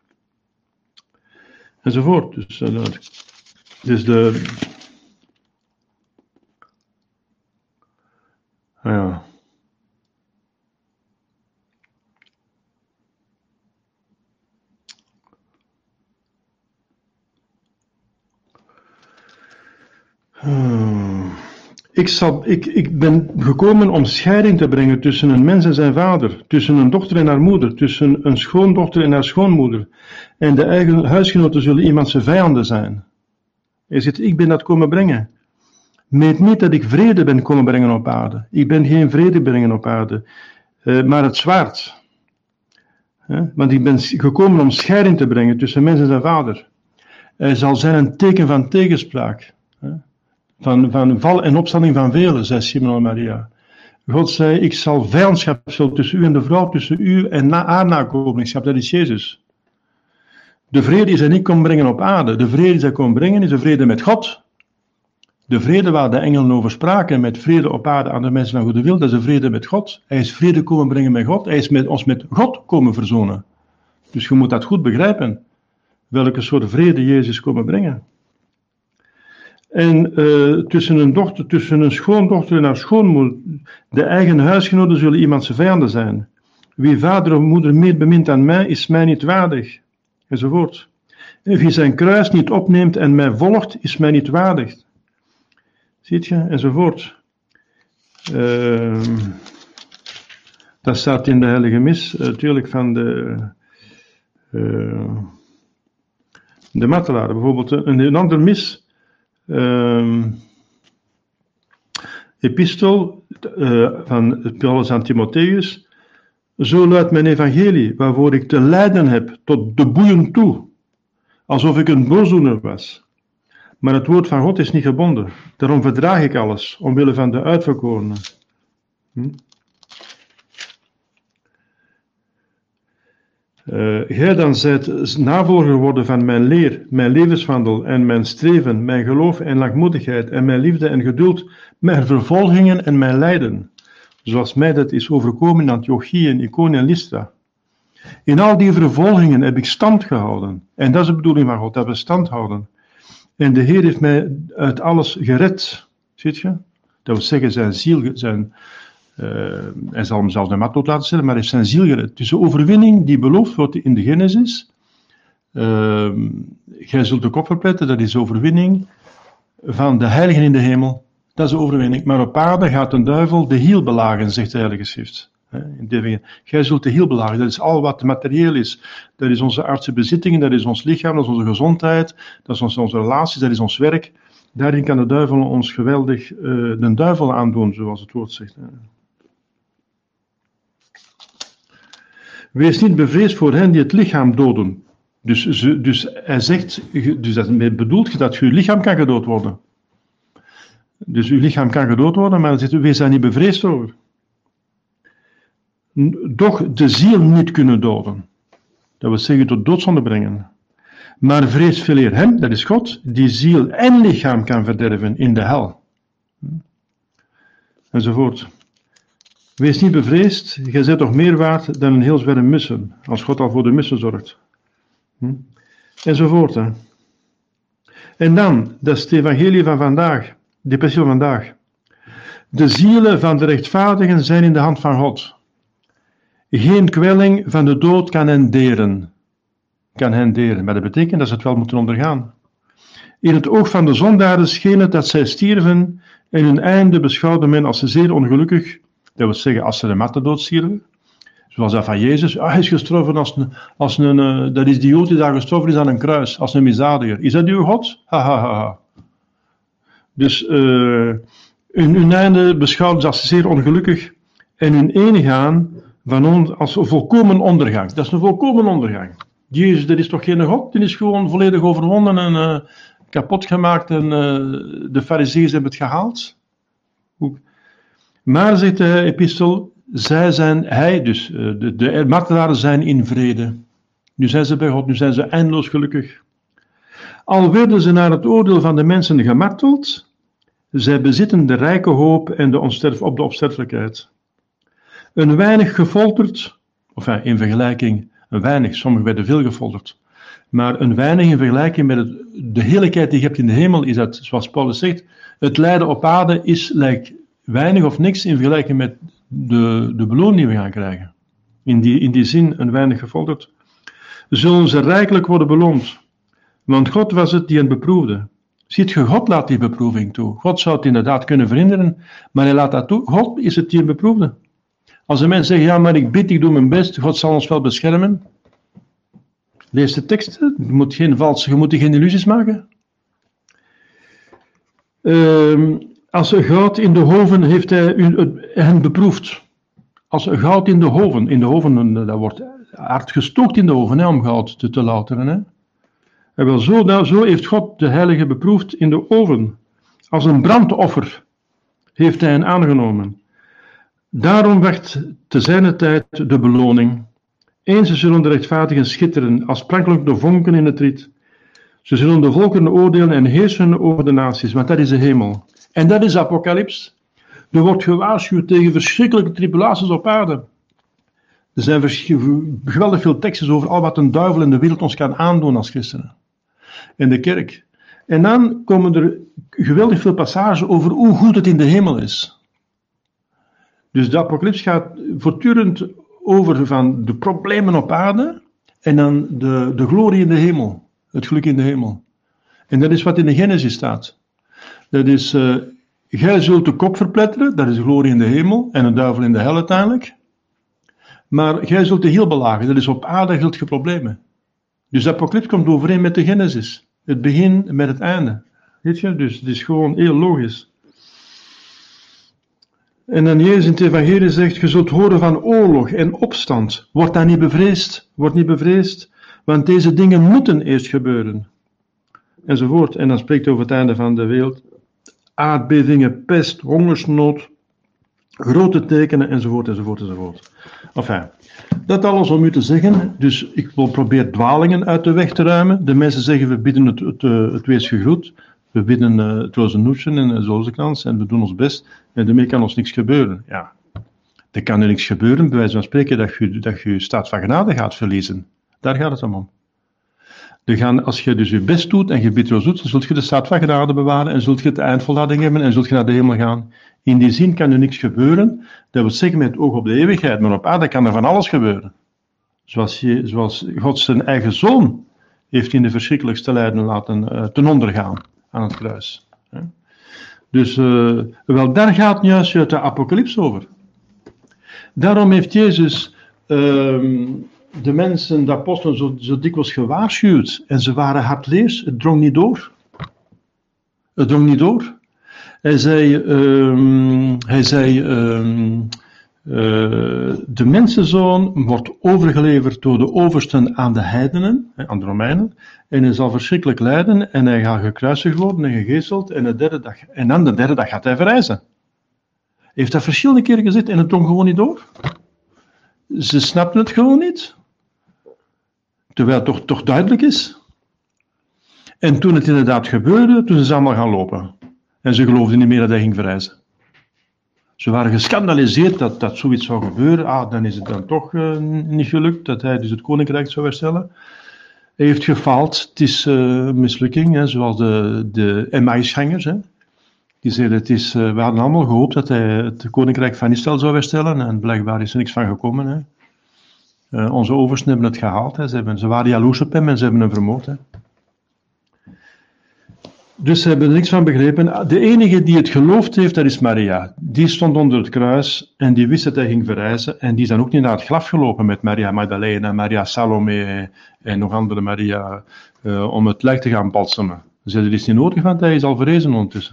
Enzovoort. Dus de... Ja... Ik ben gekomen om scheiding te brengen tussen een mens en zijn vader, tussen een dochter en haar moeder, tussen een schoondochter en haar schoonmoeder. En de eigen huisgenoten zullen iemand zijn vijanden zijn. Hij zegt, ik ben dat komen brengen. Meet niet dat ik vrede ben komen brengen op aarde. Ik ben geen vrede brengen op aarde, maar het zwaard. Want ik ben gekomen om scheiding te brengen tussen mens en zijn vader. Hij zal zijn een teken van tegenspraak. Van val en opstanding van velen, zei Simon en Maria. God zei, ik zal vijandschap tussen u en de vrouw, tussen u en haar nakomelingschap, dat is Jezus. De vrede is hij niet komen brengen op aarde. De vrede die hij komen brengen is de vrede met God. De vrede waar de engelen over spraken, met vrede op aarde aan de mensen van goede wil, dat is de vrede met God. Hij is vrede komen brengen met God. Hij is ons met God komen verzoenen. Dus je moet dat goed begrijpen. Welke soort vrede Jezus komen brengen. En tussen een schoondochter en haar schoonmoeder, de eigen huisgenoten zullen iemands vijanden zijn. Wie vader of moeder meer bemint aan mij, is mij niet waardig. Enzovoort. Wie zijn kruis niet opneemt en mij volgt, is mij niet waardig. Ziet je? Enzovoort. Dat staat in de Heilige Mis, natuurlijk van de martelaren. Bijvoorbeeld een andere mis, epistel van Paulus aan Timotheus. Zo luidt mijn evangelie, waarvoor ik te lijden heb, tot de boeien toe, alsof ik een boosdoener was. Maar het woord van God is niet gebonden. Daarom verdraag ik alles, omwille van de uitverkorenen. Gij dan zijt navolger geworden van mijn leer, mijn levenswandel en mijn streven, mijn geloof en langmoedigheid en mijn liefde en geduld, mijn vervolgingen en mijn lijden, zoals mij dat is overkomen in Antiochië, in Iconië en Lystra. In al die vervolgingen heb ik stand gehouden. En dat is de bedoeling van God, dat we stand houden. En de Heer heeft mij uit alles gered. Ziet je? Dat wil zeggen, zijn ziel, hij zal hem zelfs de mat dood laten stellen, maar hij heeft zijn ziel gered. Dus de overwinning die beloofd wordt in de Genesis, gij zult de kop verpletten, dat is de overwinning van de heiligen in de hemel. Dat is de overwinning. Maar op aarde gaat een duivel de hiel belagen, zegt de Heilige Schrift. Gij zult de hiel belagen, dat is al wat materieel is. Dat is onze aardse bezittingen, dat is ons lichaam, dat is onze gezondheid, dat is onze relaties, dat is ons werk. Daarin kan de duivel ons geweldig de duivel aandoen, zoals het woord zegt. Wees niet bevreesd voor hen die het lichaam doden. Dus hij zegt, dus dat bedoelt dat je lichaam kan gedood worden. Dus uw lichaam kan gedood worden, maar wees daar niet bevreesd over. Doch de ziel niet kunnen doden. Dat wil zeggen tot doodzonde brengen. Maar vrees veeleer hem, dat is God, die ziel en lichaam kan verderven in de hel. Enzovoort. Wees niet bevreesd, gij zijt toch meer waard dan een heel zwerm mussen, als God al voor de mussen zorgt. Enzovoort. Hè. En dan, dat is het evangelie van vandaag, de epistel van vandaag. De zielen van de rechtvaardigen zijn in de hand van God. Geen kwelling van de dood kan hen deren. Maar dat betekent dat ze het wel moeten ondergaan. In het oog van de zondaren scheen het dat zij stierven en hun einde beschouwde men als zeer ongelukkig. Dat wil zeggen, als ze de marteldood stierven. Zoals dat van Jezus. Hij is gestorven dat is die Jood die daar gestorven is aan een kruis, als een misdadiger. Is dat uw God? Ha. Dus hun einde beschouwden ze als zeer ongelukkig en hun ene gaan als een volkomen ondergang. Dat is een volkomen ondergang. Jezus, dat is toch geen God? Die is gewoon volledig overwonnen en kapot gemaakt en de Farizeeën hebben het gehaald. Maar, zegt de epistel, de martelaren zijn in vrede. Nu zijn ze bij God, nu zijn ze eindeloos gelukkig. Al werden ze naar het oordeel van de mensen gemarteld, zij bezitten de rijke hoop en op de onsterfelijkheid. Een weinig gefolterd, in vergelijking, een weinig, sommigen werden veel gefolterd, maar een weinig in vergelijking met de heerlijkheid die je hebt in de hemel, is dat, zoals Paulus zegt, het lijden op aarde is weinig of niks in vergelijking met de beloning die we gaan krijgen. In die zin, een weinig gefolterd. Zullen ze rijkelijk worden beloond, want God was het die hen beproefde. Ziet je, God laat die beproeving toe. God zou het inderdaad kunnen verhinderen, maar hij laat dat toe. God is het die hen beproefde. Als een mens zegt, ja, maar ik bid, ik doe mijn best, God zal ons wel beschermen. Lees de teksten, je moet geen illusies maken. Als goud in de hoven heeft hij hen beproefd. Als goud in de hoven, dat wordt hard gestookt in de oven, om goud te louteren. Hè. En wel zo heeft God de heilige beproefd in de oven. Als een brandoffer heeft hij hen aangenomen. Daarom werd te zijner tijd de beloning. Eens zullen de rechtvaardigen schitteren als prankelijke vonken in het riet. Ze zullen de volkeren oordelen en heersen over de naties, want dat is de hemel. En dat is Apocalyps. Er wordt gewaarschuwd tegen verschrikkelijke tribulaties op aarde. Er zijn geweldig veel teksten over al wat een duivel in de wereld ons kan aandoen als christenen. En de kerk. En dan komen er geweldig veel passages over hoe goed het in de hemel is. Dus de Apocalyps gaat voortdurend over van de problemen op aarde en dan de glorie in de hemel. Het geluk in de hemel. En dat is wat in de Genesis staat. Dat is, gij zult de kop verpletteren, dat is de glorie in de hemel, en een duivel in de hel uiteindelijk. Maar gij zult de hiel belagen, dat is op aarde geldt je problemen. Dus de apocalyps komt overeen met de Genesis. Het begin met het einde. Weet je, dus het is gewoon heel logisch. En dan Jezus in het evangelie zegt, je zult horen van oorlog en opstand. Word daar niet bevreesd, word niet bevreesd, want deze dingen moeten eerst gebeuren. Enzovoort. En dan spreekt hij over het einde van de wereld. Aardbevingen, pest, hongersnood, grote tekenen, enzovoort, enzovoort, enzovoort. Enfin, dat alles om u te zeggen. Dus ik wil proberen dwalingen uit de weg te ruimen. De mensen zeggen, we bidden het wees gegroet. We bidden het Rozenhoedsen en het Rozenkrans en we doen ons best. En daarmee kan ons niks gebeuren. Ja, er kan er niks gebeuren, bij wijze van spreken, dat je staat van genade gaat verliezen. Daar gaat het om. Als je dus je best doet en je bidt Rozenhoedsen, zult je de staat van genade bewaren en zult je het eindvoldadig hebben en zult je naar de hemel gaan. In die zin kan er niks gebeuren. Dat wil zeggen met het oog op de eeuwigheid, maar op aarde kan er van alles gebeuren. Zoals God zijn eigen zoon heeft in de verschrikkelijkste lijden laten ten onder gaan aan het kruis. Dus wel, daar gaat juist uit de apocalyps over. Daarom heeft Jezus de mensen, de apostelen, zo dikwijls gewaarschuwd. En ze waren hardleers, het drong niet door. Het drong niet door. Hij zei de mensenzoon wordt overgeleverd door de oversten aan de heidenen, aan de Romeinen, en hij zal verschrikkelijk lijden, en hij gaat gekruisigd worden en gegezeld, en aan de derde dag gaat hij verrijzen. Hij heeft dat verschillende keren gezegd, en het drong gewoon niet door. Ze snapten het gewoon niet. Terwijl het toch duidelijk is. En toen het inderdaad gebeurde, toen zijn ze allemaal gaan lopen. En ze geloofden niet meer dat hij ging verrijzen. Ze waren gescandaliseerd dat zoiets zou gebeuren. Dan is het dan toch niet gelukt dat hij dus het koninkrijk zou herstellen. Hij heeft gefaald. Het is mislukking, hè, zoals de Emmausgangers. Die zeiden, we hadden allemaal gehoopt dat hij het koninkrijk van Israël zou herstellen. En blijkbaar is er niks van gekomen. Hè. Onze oversten hebben het gehaald. Hè. Ze waren jaloers op hem en ze hebben hem vermoord. Hè. Dus ze hebben er niks van begrepen. De enige die het geloofd heeft, dat is Maria. Die stond onder het kruis en die wist dat hij ging verrijzen. En die is dan ook niet naar het graf gelopen met Maria Magdalena, Maria Salome en nog andere Maria om het lijk te gaan balsemen. Ze zeiden, het is niet nodig, want hij is al verrezen ondertussen.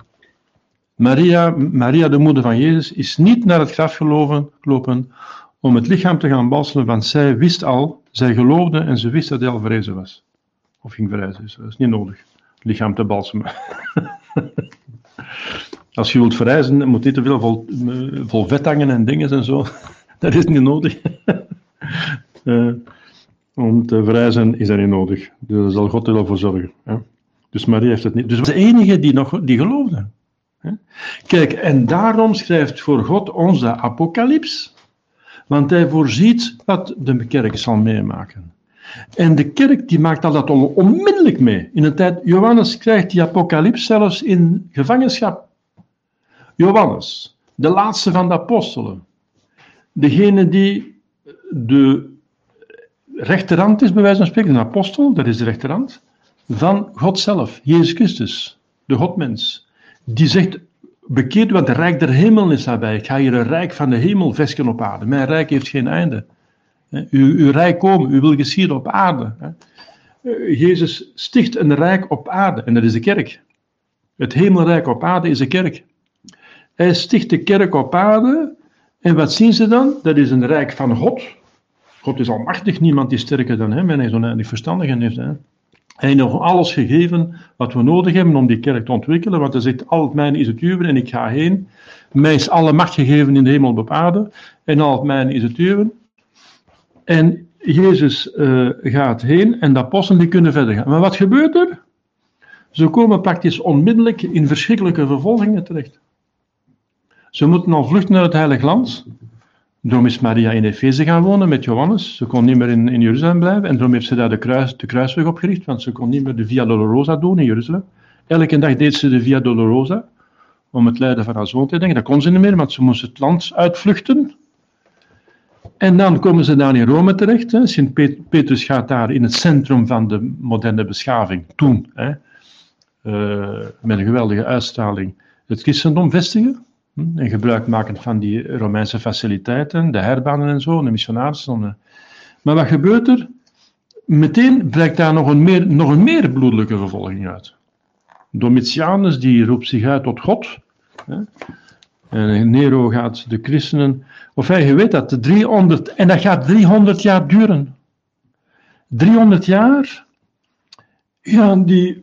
Maria, de moeder van Jezus, is niet naar het graf gelopen om het lichaam te gaan balsemen, want zij wist al, zij geloofde en ze wist dat hij al verrezen was. Of ging verrijzen, dus dat is niet nodig. Lichaam te balsemen. Als je wilt verrijzen, moet dit te veel vol vet hangen en dingen en zo. Dat is niet nodig. Om te verrijzen is dat niet nodig. Dus daar zal God er wel voor zorgen. Dus Maria heeft het niet. Dus dat was de enige die geloofde. Kijk, en daarom schrijft voor God ons de apocalyps. Want hij voorziet wat de kerk zal meemaken. En de kerk die maakt dat onmiddellijk mee. In de tijd, Johannes krijgt die apocalyps zelfs in gevangenschap. Johannes, de laatste van de apostelen. Degene die de rechterhand is, bij wijze van spreken, een apostel, dat is de rechterhand, van God zelf, Jezus Christus, de Godmens. Die zegt, bekeerd, want het rijk der hemel is nabij. Ik ga hier een rijk van de hemel vestigen op aarde. Mijn rijk heeft geen einde. Uw rijk komen, u wil geschieden op aarde. Jezus sticht een rijk op aarde, en dat is de kerk. Het hemelrijk op aarde is de kerk. Hij sticht de kerk op aarde, en wat zien ze dan? Dat is een rijk van God. God is almachtig, niemand is sterker dan hem, en hij is oneindig verstandig en heeft hij heeft nog alles gegeven wat we nodig hebben om die kerk te ontwikkelen, want hij zegt, al het mijne is het uwe en ik ga heen. Mij is alle macht gegeven in de hemel en op aarde, en al het mijne is het uwe. En Jezus gaat heen en de apostelen die kunnen verder gaan. Maar wat gebeurt er? Ze komen praktisch onmiddellijk in verschrikkelijke vervolgingen terecht. Ze moeten al vluchten naar het Heilige Land. Daarom is Maria in Efeze gaan wonen met Johannes. Ze kon niet meer in Jeruzalem blijven. En daarom heeft ze daar de kruisweg opgericht, want ze kon niet meer de Via Dolorosa doen in Jeruzalem. Elke dag deed ze de Via Dolorosa om het lijden van haar zoon te denken. Dat kon ze niet meer, want ze moest het land uitvluchten. En dan komen ze daar in Rome terecht. Hè. Sint-Petrus gaat daar in het centrum van de moderne beschaving, toen, hè, met een geweldige uitstraling, het christendom vestigen. En gebruik maken van die Romeinse faciliteiten, de herbanen en zo, de missionarissen. Maar wat gebeurt er? Meteen blijkt daar nog een meer bloedelijke vervolging uit. Domitianus die roept zich uit tot God. Hè. En Nero gaat de christenen... je weet dat, en dat gaat 300 jaar duren. 300 jaar gaan die...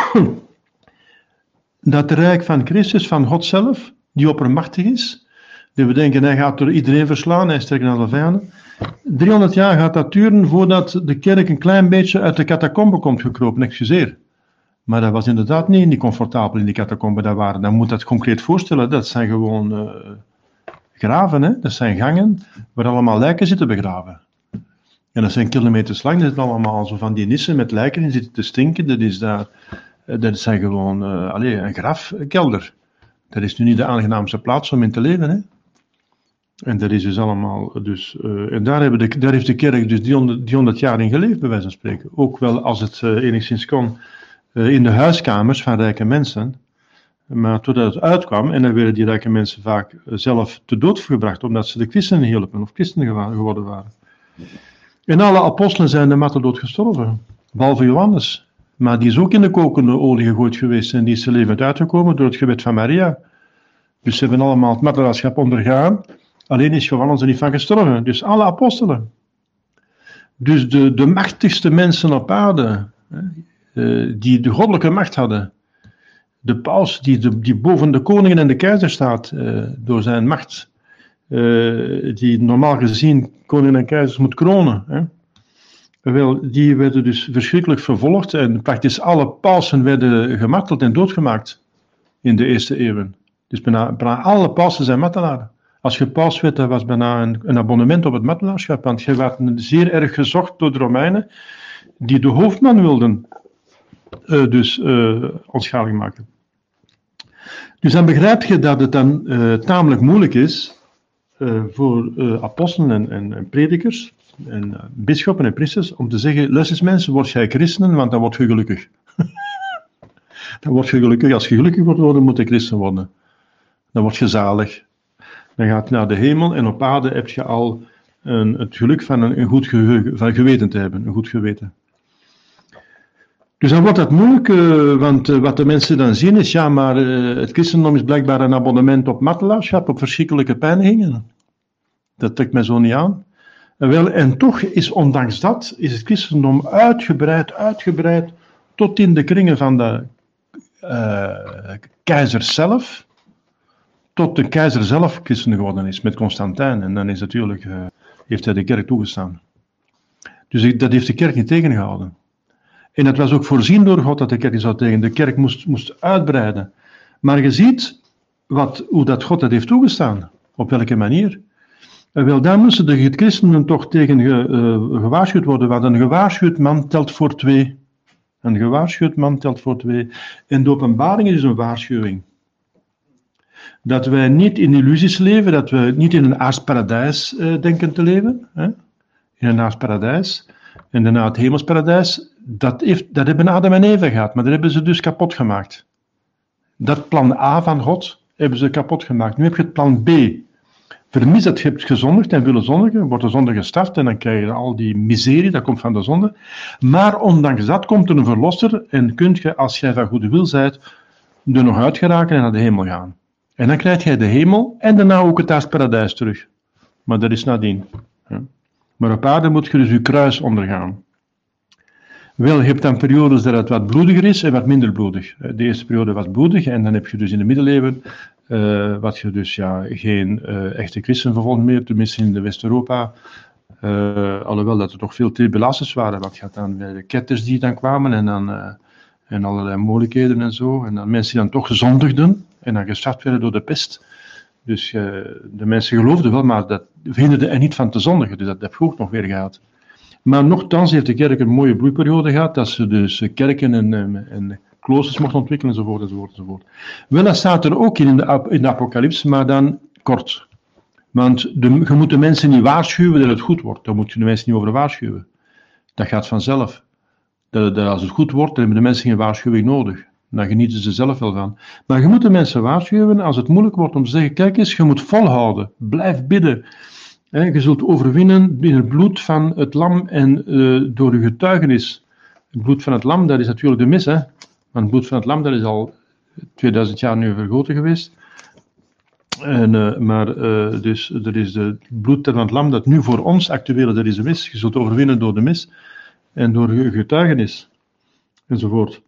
dat rijk van Christus, van God zelf, die oppermachtig is, die we denken, hij gaat door iedereen verslaan, hij sterker dan de vijanden. 300 jaar gaat dat duren voordat de kerk een klein beetje uit de catacombe komt gekropen, excuseer. Maar dat was inderdaad niet comfortabel in die catacombe. Dan moet dat concreet voorstellen, dat zijn gewoon graven, hè? Dat zijn gangen waar allemaal lijken zitten begraven. En dat zijn kilometers lang, dat zitten allemaal zo van die nissen met lijken in zitten te stinken, dat zijn gewoon een grafkelder. Dat is nu niet de aangenaamste plaats om in te leven, hè. En dat is dus allemaal, en daar heeft de kerk dus 300 jaar in geleefd, bij wijze van spreken. Ook wel als het enigszins kon, in de huiskamers van rijke mensen. Maar totdat het uitkwam, en dan werden die rijke mensen vaak zelf te dood gebracht, omdat ze de christenen hielpen, of christenen geworden waren. En alle apostelen zijn de marteldood gestorven, behalve Johannes. Maar die is ook in de kokende olie gegooid geweest en die is er levend uitgekomen door het gebed van Maria. Dus ze hebben allemaal het martelaarschap ondergaan. Alleen is Johannes er niet van gestorven. Dus alle apostelen. Dus de machtigste mensen op aarde, die de goddelijke macht hadden. De paus die boven de koningen en de keizer staat door zijn macht. Die normaal gezien koningen en keizers moet kronen. Hè. Wel, die werden dus verschrikkelijk vervolgd en praktisch alle pausen werden gemarteld en doodgemaakt in de eerste eeuwen. Dus bijna alle pausen zijn martelaren. Als je paus werd, dat was bijna een abonnement op het martelaarschap, want je werd zeer erg gezocht door de Romeinen, die de hoofdman wilden onschadelijk maken. Dus dan begrijp je dat het dan tamelijk moeilijk is voor apostelen en predikers, en bisschoppen en priesters, om te zeggen, luister eens mensen, word jij christenen, want dan word je gelukkig. Dan word je gelukkig. Als je gelukkig wordt worden, moet je christen worden. Dan word je zalig. Dan gaat je naar de hemel en op aarde heb je al het geluk van een goed geweten te hebben, een goed geweten. Dus dan wordt dat moeilijk, want wat de mensen dan zien is, ja, maar het christendom is blijkbaar een abonnement op martelaarschap, op verschrikkelijke pijnigingen. Dat trekt mij zo niet aan. En toch is, ondanks dat, is het christendom uitgebreid tot in de kringen van de keizer zelf, tot de keizer zelf christen geworden is, met Constantijn. En dan is natuurlijk, heeft hij de kerk toegestaan. Dus dat heeft de kerk niet tegengehouden. En het was ook voorzien door God dat de kerk zou tegen. De kerk moest uitbreiden. Maar je ziet hoe dat God dat heeft toegestaan. Op welke manier. Wel, daar moesten de christenen toch tegen gewaarschuwd worden. Want een gewaarschuwd man telt voor 2. Een gewaarschuwd man telt voor 2. En de openbaring is een waarschuwing. Dat wij niet in illusies leven, dat we niet in een aards paradijs denken te leven. Hè? In een aards paradijs. En daarna het hemelsparadijs, dat hebben Adam en Eva gehad, maar dat hebben ze dus kapot gemaakt. Dat plan A van God hebben ze kapot gemaakt. Nu heb je het plan B. Vermis dat je hebt gezondigd en willen zondigen, wordt de zonde gestraft en dan krijg je al die miserie, dat komt van de zonde. Maar ondanks dat komt er een verlosser en kun je, als jij van goede wil bent, er nog uit geraken en naar de hemel gaan. En dan krijg jij de hemel en daarna ook het aards paradijs terug. Maar dat is nadien. Ja. Maar op aarde moet je dus je kruis ondergaan. Wel, je hebt dan periodes dat het wat bloediger is en wat minder bloedig. De eerste periode was bloedig en dan heb je dus in de middeleeuwen, wat je dus geen echte christenvervolging meer, tenminste in de West-Europa, alhoewel dat er toch veel tribulaties waren. Wat gaat dan bij de ketters die dan kwamen en allerlei moeilijkheden en zo. En dan mensen die dan toch zondigden en dan gestraft werden door de pest. Dus de mensen geloofden wel, maar dat verhinderde er niet van te zondigen. Dus dat heb je ook nog weer gehad. Maar nochtans heeft de kerk een mooie bloeiperiode gehad, dat ze dus kerken en kloosters mochten ontwikkelen, enzovoort. Wel, dat staat er ook in de apocalyps, maar dan kort. Want je moet de mensen niet waarschuwen dat het goed wordt. Daar moet je de mensen niet over waarschuwen. Dat gaat vanzelf. Dat als het goed wordt, dan hebben de mensen geen waarschuwing nodig. Dan genieten ze zelf wel van. Maar je moet de mensen waarschuwen als het moeilijk wordt om te zeggen, kijk eens, je moet volhouden. Blijf bidden. Je zult overwinnen in het bloed van het lam en door de getuigenis. Het bloed van het lam, dat is natuurlijk de mis. Want het bloed van het lam, dat is al 2000 jaar nu vergoten geweest. Dus er is het bloed van het lam dat nu voor ons actueel is, dat is de mis. Je zult overwinnen door de mis en door getuigenis. Enzovoort.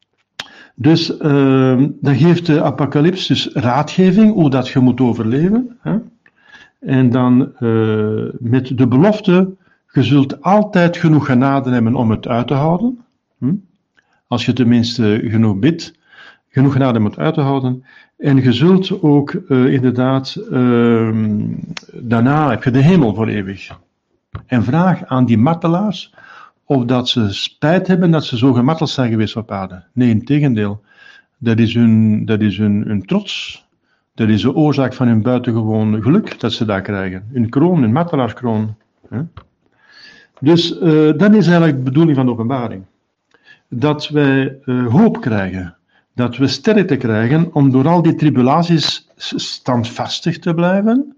Dus dan geeft de Apocalyps dus raadgeving hoe dat je moet overleven. Hè? En dan met de belofte, je zult altijd genoeg genade hebben om het uit te houden. Als je tenminste genoeg bidt, genoeg genade hebben om het uit te houden. En je zult ook inderdaad, daarna heb je de hemel voor eeuwig. En vraag aan die martelaars of dat ze spijt hebben dat ze zo gemarteld zijn geweest op aarde. Nee, integendeel. Dat is hun trots. Dat is de oorzaak van hun buitengewoon geluk dat ze daar krijgen. Hun kroon, hun martelaarskroon. Dus dat is eigenlijk de bedoeling van de openbaring. Dat wij hoop krijgen. Dat we sterkte krijgen om door al die tribulaties standvastig te blijven.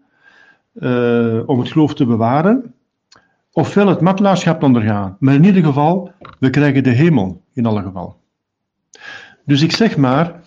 Om het geloof te bewaren. Ofwel het martelaarschap ondergaan. Maar in ieder geval, we krijgen de hemel in alle geval. Dus ik zeg maar,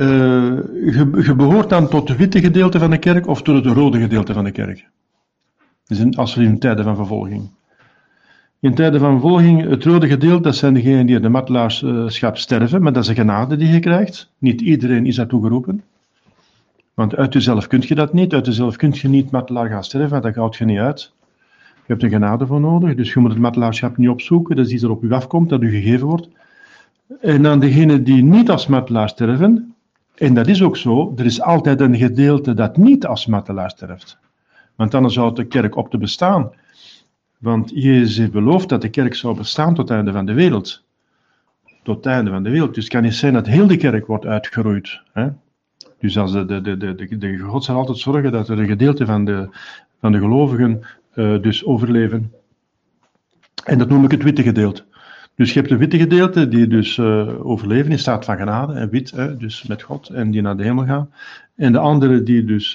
je behoort dan tot het witte gedeelte van de kerk of tot het rode gedeelte van de kerk. Dus als we in tijden van vervolging. In tijden van vervolging, het rode gedeelte, dat zijn degenen die in de martelaarschap sterven, maar dat is een genade die je krijgt. Niet iedereen is daartoe geroepen. Want uit jezelf kun je dat niet. Uit jezelf kun je niet martelaar gaan sterven, dat houdt je niet uit. Je hebt er genade voor nodig, dus je moet het martelaarschap niet opzoeken. Dat is iets dat op je afkomt, dat u gegeven wordt. En dan degenen die niet als martelaar sterven, en dat is ook zo, er is altijd een gedeelte dat niet als martelaar sterft. Want anders zou de kerk op te bestaan. Want Jezus heeft beloofd dat de kerk zou bestaan tot het einde van de wereld. Tot het einde van de wereld. Dus het kan niet zijn dat heel de kerk wordt uitgeroeid. Hè? Dus als de God zal altijd zorgen dat er een gedeelte van de gelovigen dus overleven. En dat noem ik het witte gedeelte. Dus je hebt de witte gedeelte die dus overleven in staat van genade en wit, dus met God en die naar de hemel gaan. En de anderen die dus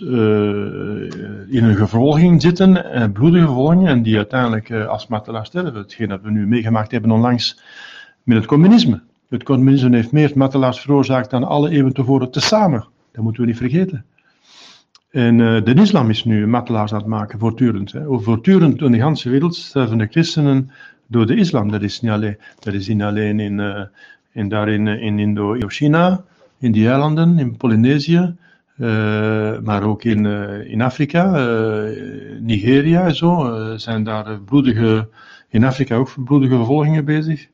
in een vervolging zitten, bloedige vervolging, en die uiteindelijk als martelaar sterven. Hetgeen dat we nu meegemaakt hebben onlangs met het communisme. Het communisme heeft meer martelaars veroorzaakt dan alle eeuwen tevoren tezamen. Dat moeten we niet vergeten. En de islam is nu martelaars aan het maken, voortdurend. Voortdurend in de hele wereld sterven de christenen door de islam. Dat is niet alleen in Indo-China, in die eilanden, in Polynesië, maar ook in Afrika, Nigeria en zo, zijn daar in Afrika ook bloedige vervolgingen bezig.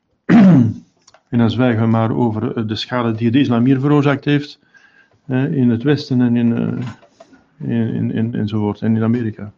En dan zwijgen we maar over de schade die de islam hier veroorzaakt heeft, in het Westen en enzovoort, en in Amerika.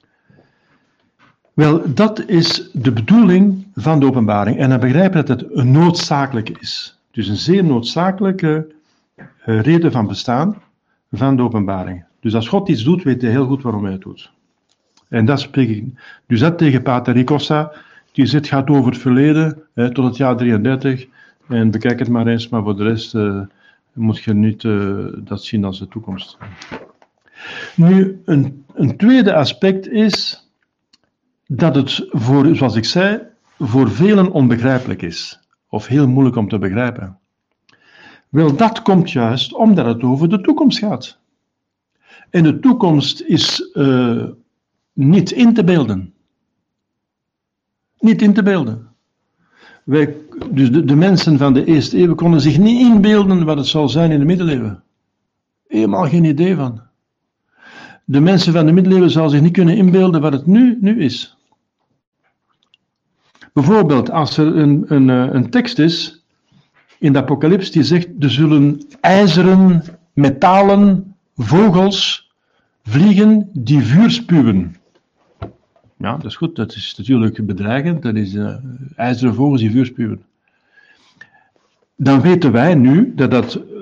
Wel, dat is de bedoeling van de openbaring. En dan begrijpen dat het een noodzakelijk is. Dus een zeer noodzakelijke reden van bestaan van de openbaring. Dus als God iets doet, weet hij heel goed waarom hij het doet. En dat spreek ik. Dus dat tegen Pater Ricossa, die zegt, gaat over het verleden, tot het jaar 33. En bekijk het maar eens, maar voor de rest moet je niet dat zien als de toekomst. Nu, een tweede aspect is dat het, zoals ik zei, voor velen onbegrijpelijk is. Of heel moeilijk om te begrijpen. Wel, dat komt juist omdat het over de toekomst gaat. En de toekomst is niet in te beelden. Niet in te beelden. Dus de mensen van de eerste eeuw konden zich niet inbeelden wat het zal zijn in de middeleeuwen. Helemaal geen idee van. De mensen van de middeleeuwen zouden zich niet kunnen inbeelden wat het nu is. Bijvoorbeeld, als er een tekst is in de Apocalyps die zegt, er zullen ijzeren, metalen, vogels vliegen die vuur spuwen. Ja, dat is goed, dat is natuurlijk bedreigend, dat is ijzeren vogels die vuur spuwen. Dan weten wij nu dat dat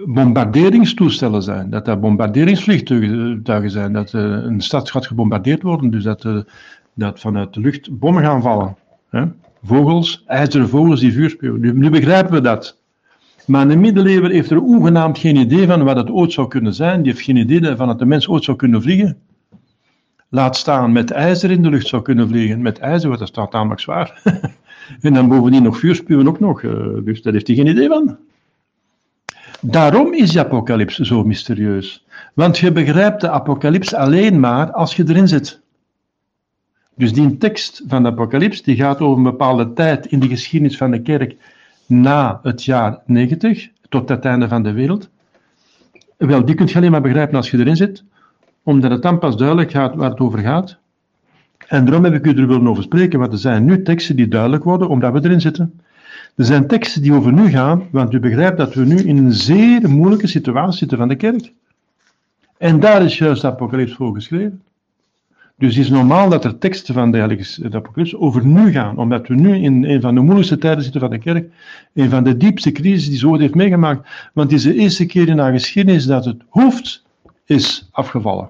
bombarderingstoestellen zijn, dat bombarderingsvliegtuigen zijn, dat een stad gaat gebombardeerd worden, dus dat vanuit de lucht bommen gaan vallen. Hè? Vogels, ijzeren vogels die vuur spuwen. Nu begrijpen we dat. Maar een middeleeuwer heeft er hoegenaamd geen idee van wat het ooit zou kunnen zijn. Die heeft geen idee van dat de mens ooit zou kunnen vliegen. Laat staan met ijzer in de lucht zou kunnen vliegen. Met ijzer, want dat staat namelijk zwaar. En dan bovendien nog vuur spuwen ook nog. Dus daar heeft hij geen idee van. Daarom is de apocalyps zo mysterieus. Want je begrijpt de apocalyps alleen maar als je erin zit. Dus die tekst van de apocalyps die gaat over een bepaalde tijd in de geschiedenis van de kerk na het jaar 90, tot het einde van de wereld. Wel, die kun je alleen maar begrijpen als je erin zit, omdat het dan pas duidelijk gaat waar het over gaat. En daarom heb ik u er willen over spreken, want er zijn nu teksten die duidelijk worden, omdat we erin zitten. Er zijn teksten die over nu gaan, want u begrijpt dat we nu in een zeer moeilijke situatie zitten van de kerk. En daar is juist de apocalyps voor geschreven. Dus het is normaal dat er teksten van de apocalyps over nu gaan, omdat we nu in een van de moeilijkste tijden zitten van de kerk, een van de diepste crises die ze ooit heeft meegemaakt. Want het is de eerste keer in haar geschiedenis dat het hoofd is afgevallen.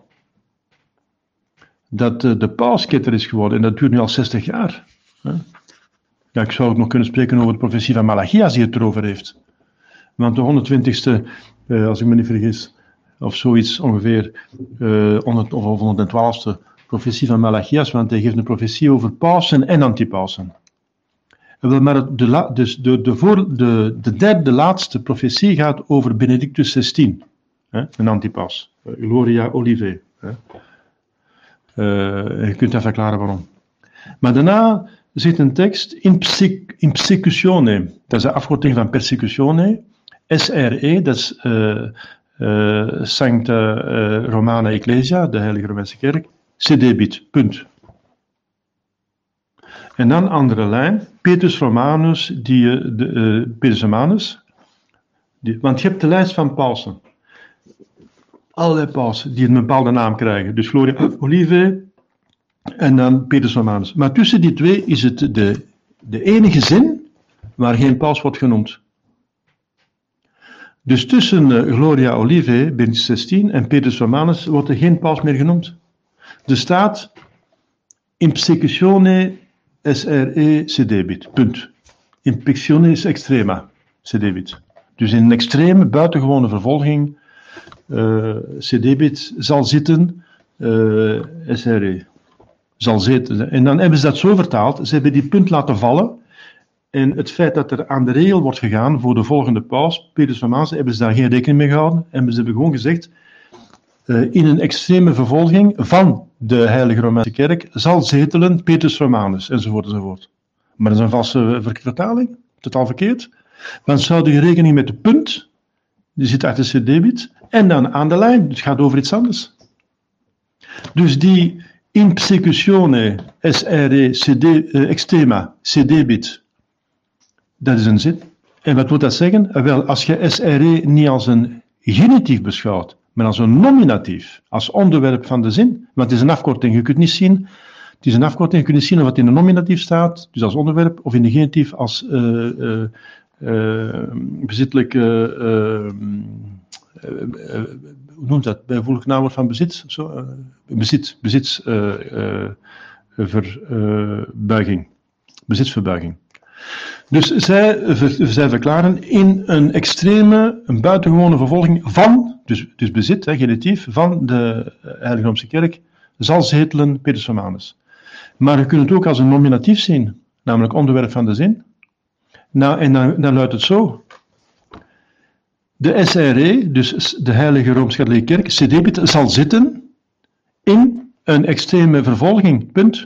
Dat de pausketter is geworden, en dat duurt nu al 60 jaar. Ja, ik zou ook nog kunnen spreken over de profetie van Malachias die het erover heeft. Want de 120ste, als ik me niet vergis, of zoiets ongeveer, of 112ste profetie van Malachias, want hij geeft een profetie over pausen en antipausen. Maar de derde, laatste profetie gaat over Benedictus XVI, een antipaus, Gloria Olivae. Je kunt dat verklaren waarom. Maar daarna zit een tekst in persecutione, dat is de afkorting van persecutione, SRE, dat is Sancta Romana Ecclesia, de Heilige Romeinse Kerk, sedebit, punt. En dan andere lijn, Petrus Romanus, want je hebt de lijst van pausen. Allerlei pausen die een bepaalde naam krijgen. Dus Gloria Olivae en dan Petrus Romanus. Maar tussen die twee is het de enige zin waar geen paus wordt genoemd. Dus tussen Gloria Olivae, Benedictus XVI en Petrus Romanus wordt er geen paus meer genoemd. Er staat in persecutione SRE sedebit, punt. In persecutionis extrema sedebit. Dus in een extreme, buitengewone vervolging sedebit zal zitten SRE. Zal zitten. En dan hebben ze dat zo vertaald, ze hebben die punt laten vallen. En het feit dat er aan de regel wordt gegaan voor de volgende paus, Petrus Romanus, hebben ze daar geen rekening mee gehouden. En ze hebben gewoon gezegd, in een extreme vervolging van de Heilige Romeinse Kerk zal zetelen Petrus Romanus, enzovoort, enzovoort. Maar dat is een valse vertaling, totaal verkeerd. Want ze houden rekening met de punt, die zit achter sedebit, en dan aan de lijn, het gaat over iets anders. Dus die in persecutione SRE extrema sedebit, dat is een zin. En wat moet dat zeggen? Wel, als je SRE niet als een genitief beschouwt, maar als een nominatief, als onderwerp van de zin, want het is een afkorting, je kunt niet zien, het is een afkorting, je kunt niet zien of het in de nominatief staat, dus als onderwerp, of in de genitief als bezittelijk, hoe noemt dat, bijvoeglijk naamwoord van bezit, bezitsverbuiging. Dus zij verklaren in een extreme, een buitengewone vervolging van, dus bezit, genitief, van de Heilige Romeinse Kerk, zal zetelen Petrus Romanus. Maar je kunt het ook als een nominatief zien, namelijk onderwerp van de zin. Nou, en dan luidt het zo. De SRE, dus de Heilige Rooms-Katholieke Kerk, sedebit, zal zitten in een extreme vervolging, punt.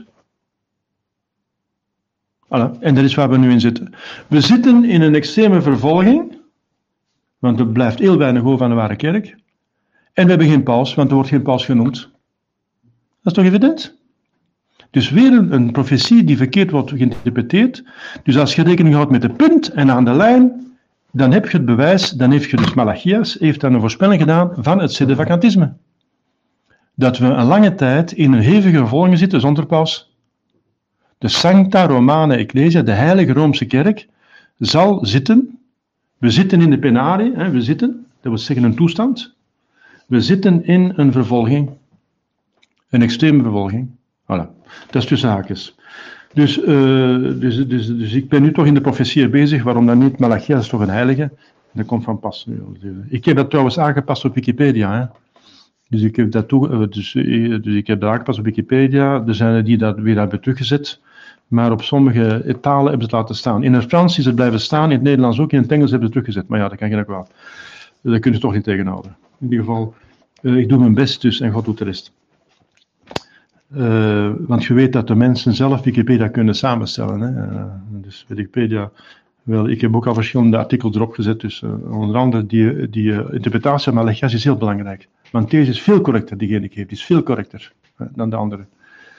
Voilà, en dat is waar we nu in zitten. We zitten in een extreme vervolging, want er blijft heel weinig over van de ware kerk. En we hebben geen paus, want er wordt geen paus genoemd. Dat is toch evident? Dus weer een profetie die verkeerd wordt geïnterpreteerd. Dus als je rekening houdt met de punt en aan de lijn, dan heb je het bewijs, dan heeft je dus Malachias, heeft dan een voorspelling gedaan van het sedevacantisme. Dat we een lange tijd in een hevige vervolging zitten zonder paus. De Sancta Romana Ecclesia, de Heilige Roomse Kerk, zal zitten. We zitten in de penarie, we zitten. Dat wil zeggen een toestand. We zitten in een vervolging. Een extreme vervolging. Voilà. Dat is tussen haakjes. Dus ik ben nu toch in de profetieën bezig. Waarom dan niet? Malachias is toch een heilige. Dat komt van pas. Ik heb dat trouwens aangepast op Wikipedia. Hè. Dus ik heb dat dus ik heb dat aangepast op Wikipedia. Er zijn er die dat weer hebben teruggezet. Maar op sommige talen hebben ze het laten staan. In het Frans is het blijven staan, in het Nederlands ook, in het Engels hebben ze het teruggezet. Maar ja, dat kan geen kwaad. Dat kun je toch niet tegenhouden. In ieder geval, ik doe mijn best dus en God doet de rest. Want je weet dat de mensen zelf Wikipedia kunnen samenstellen. Hè. Dus Wikipedia, wel, ik heb ook al verschillende artikels erop gezet. Dus onder andere die interpretatie van Malachias is heel belangrijk. Want deze is veel correcter, diegene die ik heb. Die is veel correcter dan de andere.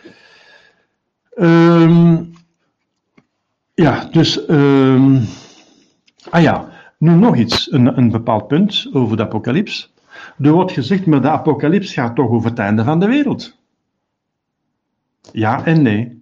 Nu nog iets, een bepaald punt over de apocalyps. Er wordt gezegd, maar de apocalyps gaat toch over het einde van de wereld. Ja en nee.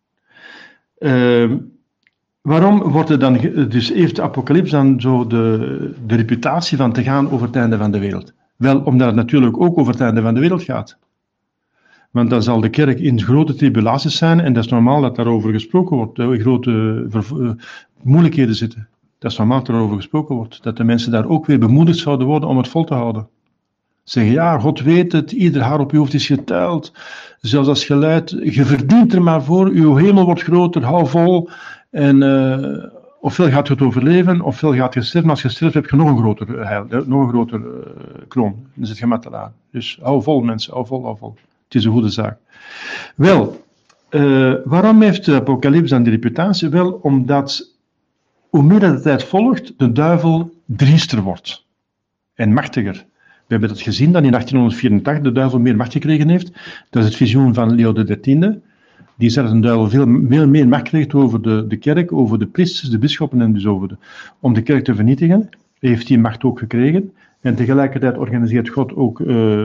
Waarom wordt er dan, dus heeft de apocalyps dan zo de reputatie van te gaan over het einde van de wereld? Wel, omdat het natuurlijk ook over het einde van de wereld gaat. Want dan zal de kerk in grote tribulaties zijn en dat is normaal dat daarover gesproken wordt. Grote moeilijkheden zitten. Dat is normaal dat erover gesproken wordt. Dat de mensen daar ook weer bemoedigd zouden worden om het vol te houden. Zeggen, ja, God weet het, ieder haar op je hoofd is geteld. Zelfs als geluid, je verdient er maar voor, uw hemel wordt groter, hou vol. En ofwel gaat je het overleven, ofwel gaat je sterven. Als je sterft, heb je nog een groter heil, nog een groter kroon. Dan zit je met te laten. Dus hou vol, mensen, hou vol, hou vol. Het is een goede zaak. Wel, waarom heeft de apocalyps dan die reputatie? Wel, omdat hoe meer de tijd volgt, de duivel driester wordt. En machtiger. We hebben dat gezien dat in 1884 de duivel meer macht gekregen heeft. Dat is het visioen van Leo XIII. Die zei dat een duivel veel meer macht kreeg over de kerk, over de priesters, de bisschoppen en dus om de kerk te vernietigen. Heeft die macht ook gekregen. En tegelijkertijd organiseert God ook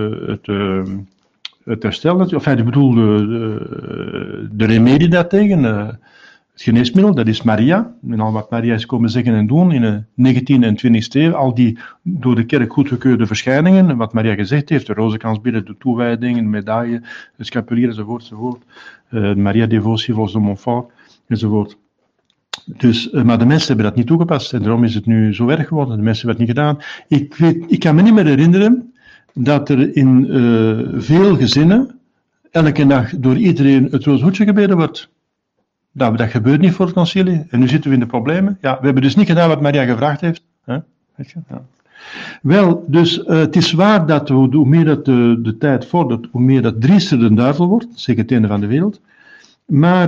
het herstel. Enfin, ik bedoel, de remedie daartegen, het geneesmiddel, dat is Maria. En al wat Maria is komen zeggen en doen in de 19e en 20e eeuw, al die door de kerk goedgekeurde verschijningen, wat Maria gezegd heeft, de rozenkransbidden, de toewijding, de medaille, de scapulier, enzovoort. Maria-devotie volgens de Montfort, enzovoort. Dus, maar de mensen hebben dat niet toegepast en daarom is het nu zo erg geworden. De mensen hebben het niet gedaan. Ik kan me niet meer herinneren dat er in veel gezinnen elke dag door iedereen het rozenhoedje gebeden wordt. Dat gebeurt niet voor het concilie. En nu zitten we in de problemen. Ja, we hebben dus niet gedaan wat Maria gevraagd heeft. Weet je? Ja. Wel, dus het is waar dat hoe meer dat de tijd vordert, hoe meer dat driester de duivel wordt. Zeker het einde van de wereld. Maar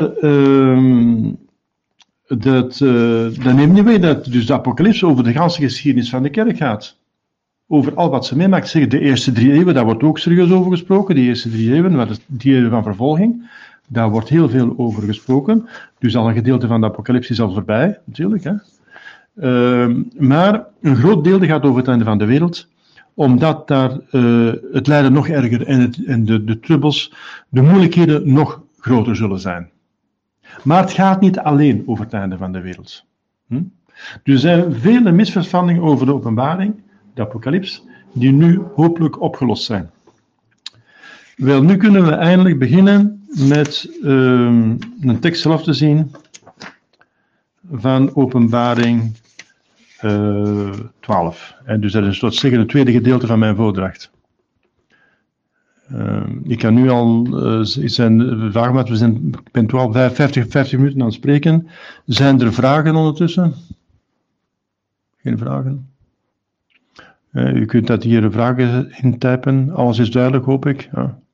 dat neemt niet mee dat dus de apocalyps over de ganse geschiedenis van de kerk gaat. Over al wat ze meemaakt. Zeg, de eerste 3 eeuwen, daar wordt ook serieus over gesproken. De eerste 3 eeuwen, wat is die eeuwen van vervolging. Daar wordt heel veel over gesproken. Dus al een gedeelte van de apocalyps is al voorbij, natuurlijk. Hè. Maar een groot deel gaat over het einde van de wereld. Omdat daar het lijden nog erger en de trubbels, de moeilijkheden nog groter zullen zijn. Maar het gaat niet alleen over het einde van de wereld. Er zijn vele misverstanden over de openbaring, de apocalyps, die nu hopelijk opgelost zijn. Wel, nu kunnen we eindelijk beginnen met een tekst zelf te zien van Openbaring 12. En dus dat is tot zeggen het tweede gedeelte van mijn voordracht. Ik kan nu al zijn vragen, want ik ben 50 minuten aan het spreken. Zijn er vragen ondertussen? Geen vragen? U kunt dat hier vragen intypen. Alles is duidelijk, hoop ik. Ja.